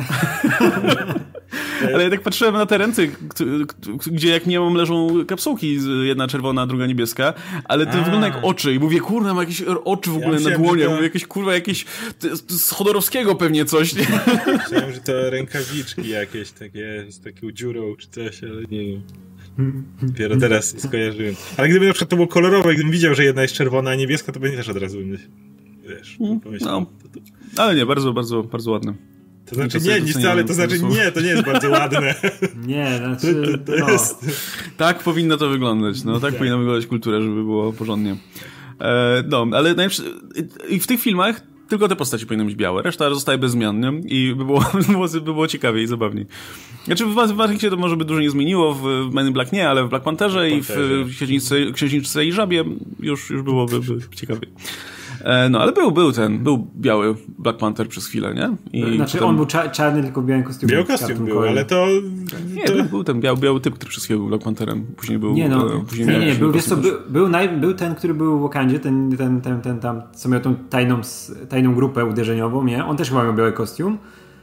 Ale ja tak patrzyłem na te ręce, gdzie jak nie mam leżą kapsułki, jedna czerwona, druga niebieska, ale to A. wygląda jak oczy i mówię, kurwa, ma jakieś oczy w ogóle ja na dłoniach, to... mówię, jakieś kurwa, jakieś z Chodorowskiego pewnie coś, nie? Myślałem, że to rękawiczki jakieś takie, z taką dziurą czy coś, ale nie wiem. Dopiero teraz skojarzyłem. Ale gdyby na przykład to było kolorowe, gdybym widział, że jedna jest czerwona, a niebieska, to pewnie też od razu bym, wiesz, pomyślał. No. To, to... Ale nie, bardzo, bardzo, bardzo ładne. To znaczy nie, nic wcale, to znaczy nie, to nie jest bardzo ładne. Nie, znaczy to, to, to jest... Tak powinno to wyglądać, no tak, tak. powinna wyglądać kultura, żeby było porządnie. E, no, ale najlepsze... I w tych filmach tylko te postaci powinny być białe, reszta zostaje bez zmian, nie? I by było, by było ciekawiej i zabawniej. Znaczy w Matrixie to może by dużo nie zmieniło, w Men in Black nie, ale w Black Pantherze i w Księżniczce, Księżniczce i Żabie już, już byłoby by ciekawiej. No, ale był, był ten, był biały Black Panther przez chwilę, nie? I znaczy potem... on był cza- czarny, tylko w białym kostiumie. Biały kostium był, ale to... Nie, to... Był, był ten biały, biały typ, który przez chwilę był Black Pantherem. Później był... Nie, no, e, później nie, nie, nie był, wiesz co, był, był, naj, był ten, który był w Wakandzie, ten, ten, ten, ten tam, co miał tą tajną, tajną grupę uderzeniową, nie? On też chyba miał biały kostium.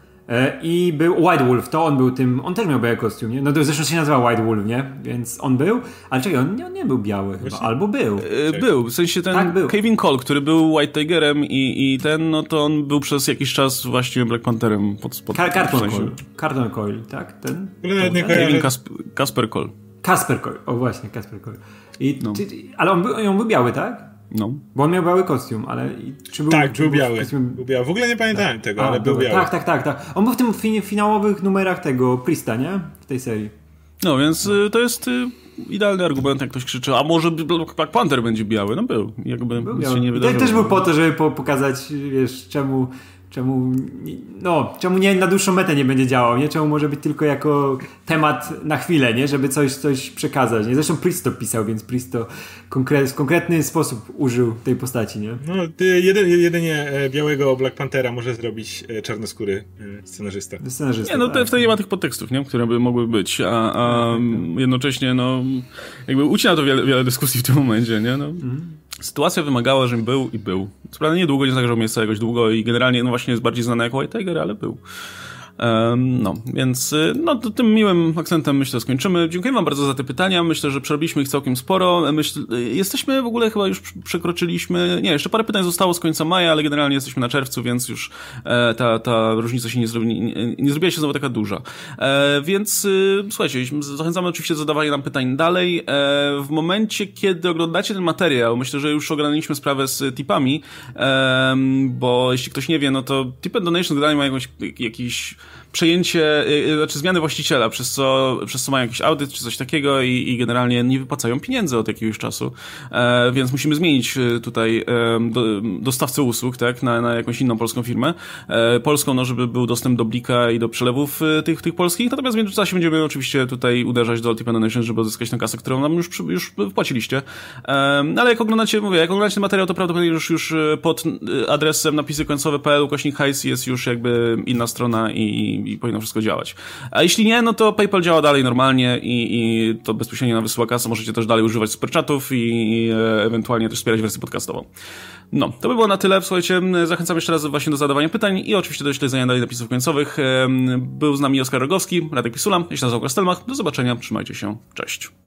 I był White Wolf, to on był tym, on też miał biały kostium, nie? No to zresztą się nazywa White Wolf, nie? Więc on był, ale czekaj, on nie, on nie był biały chyba, Właśnie? albo był. E, był, w sensie ten tak, Kevin Cole, który był White Tigerem i, i ten, no to on był przez jakiś czas właśnie Black Pantherem pod, pod Car- Carton Cole, Carton Cole, tak? Ten? Nie Kevin Kasp- Kasper Cole. Kasper Cole, o właśnie, Kasper Cole. I, no. ty, ale on był, on był biały, tak? No. Bo on miał biały kostium, ale... Czy był, tak, czy był, był biały. Kostium... był biały. W ogóle nie pamiętałem tak. tego, A, ale był dobra. biały. Tak, tak, tak, tak. On był w tym fin- finałowych numerach tego Priesta, nie? W tej serii. No, więc y, to jest y, idealny argument, jak ktoś krzyczy, a może Black Panther będzie biały? No był. Jakby był nic biały. się nie wydarzyło. I też był po to, żeby po- pokazać, wiesz, czemu... Czemu, no, czemu nie na dłuższą metę nie będzie działał, nie? Czemu może być tylko jako temat na chwilę, nie? Żeby coś, coś przekazać, nie? Zresztą Priest to pisał, więc Priest to konkre- w konkretny sposób użył tej postaci, nie? No, jedynie, jedynie białego Black Panthera może zrobić czarnoskóry scenarzysta. scenarzysta nie, no tak. wtedy nie ma tych podtekstów, nie? Które by mogły być, a, a jednocześnie, no, jakby ucina to wiele, wiele dyskusji w tym momencie, nie? No. Mhm. Sytuacja wymagała, żebym był i był. Co prawda niedługo, nie zagrał miejsca jakoś długo i generalnie no właśnie jest bardziej znany jako White Tiger, ale był. Um, no, więc no, to tym miłym akcentem myślę skończymy. Dziękuję wam bardzo za te pytania. Myślę, że przerobiliśmy ich całkiem sporo. Myśl, jesteśmy w ogóle chyba już przekroczyliśmy... Nie, jeszcze parę pytań zostało z końca maja, ale generalnie jesteśmy na czerwcu, więc już e, ta, ta różnica się nie, zrobi, nie, nie zrobiła się znowu taka duża. E, więc e, słuchajcie, zachęcamy oczywiście do zadawania nam pytań dalej. E, w momencie, kiedy oglądacie ten materiał, myślę, że już ogarnęliśmy sprawę z tipami, e, bo jeśli ktoś nie wie, no to Tip and Donation generalnie ma jakąś, jakiś przejęcie, znaczy zmiany właściciela, przez co, przez co mają jakiś audyt czy coś takiego i, i generalnie nie wypłacają pieniędzy od jakiegoś czasu. E, więc musimy zmienić tutaj e, do, dostawcę usług, tak, na, na jakąś inną polską firmę. E, polską, no, żeby był dostęp do Blika i do przelewów e, tych, tych polskich. Natomiast w międzyczasie będziemy oczywiście tutaj uderzać do Ultimate Donation, żeby odzyskać tę kasę, którą nam już, już wpłaciliście. E, ale jak oglądacie, mówię, jak oglądacie ten materiał, to prawdopodobnie już, już pod adresem napisy końcowe kropka p l ukośnik hajs jest już jakby inna strona i, i powinno wszystko działać. A jeśli nie, no to PayPal działa dalej normalnie i, i to bezpośrednio na wysyła kasę. Możecie też dalej używać superchatów i, i ewentualnie też wspierać wersję podcastową. No, to by było na tyle. Słuchajcie, zachęcam jeszcze raz właśnie do zadawania pytań i oczywiście do śledzenia dalej napisów końcowych. Był z nami Oskar Rogowski, Radek Pisula, ja się nazywam Kostelmach. Do zobaczenia, trzymajcie się, cześć.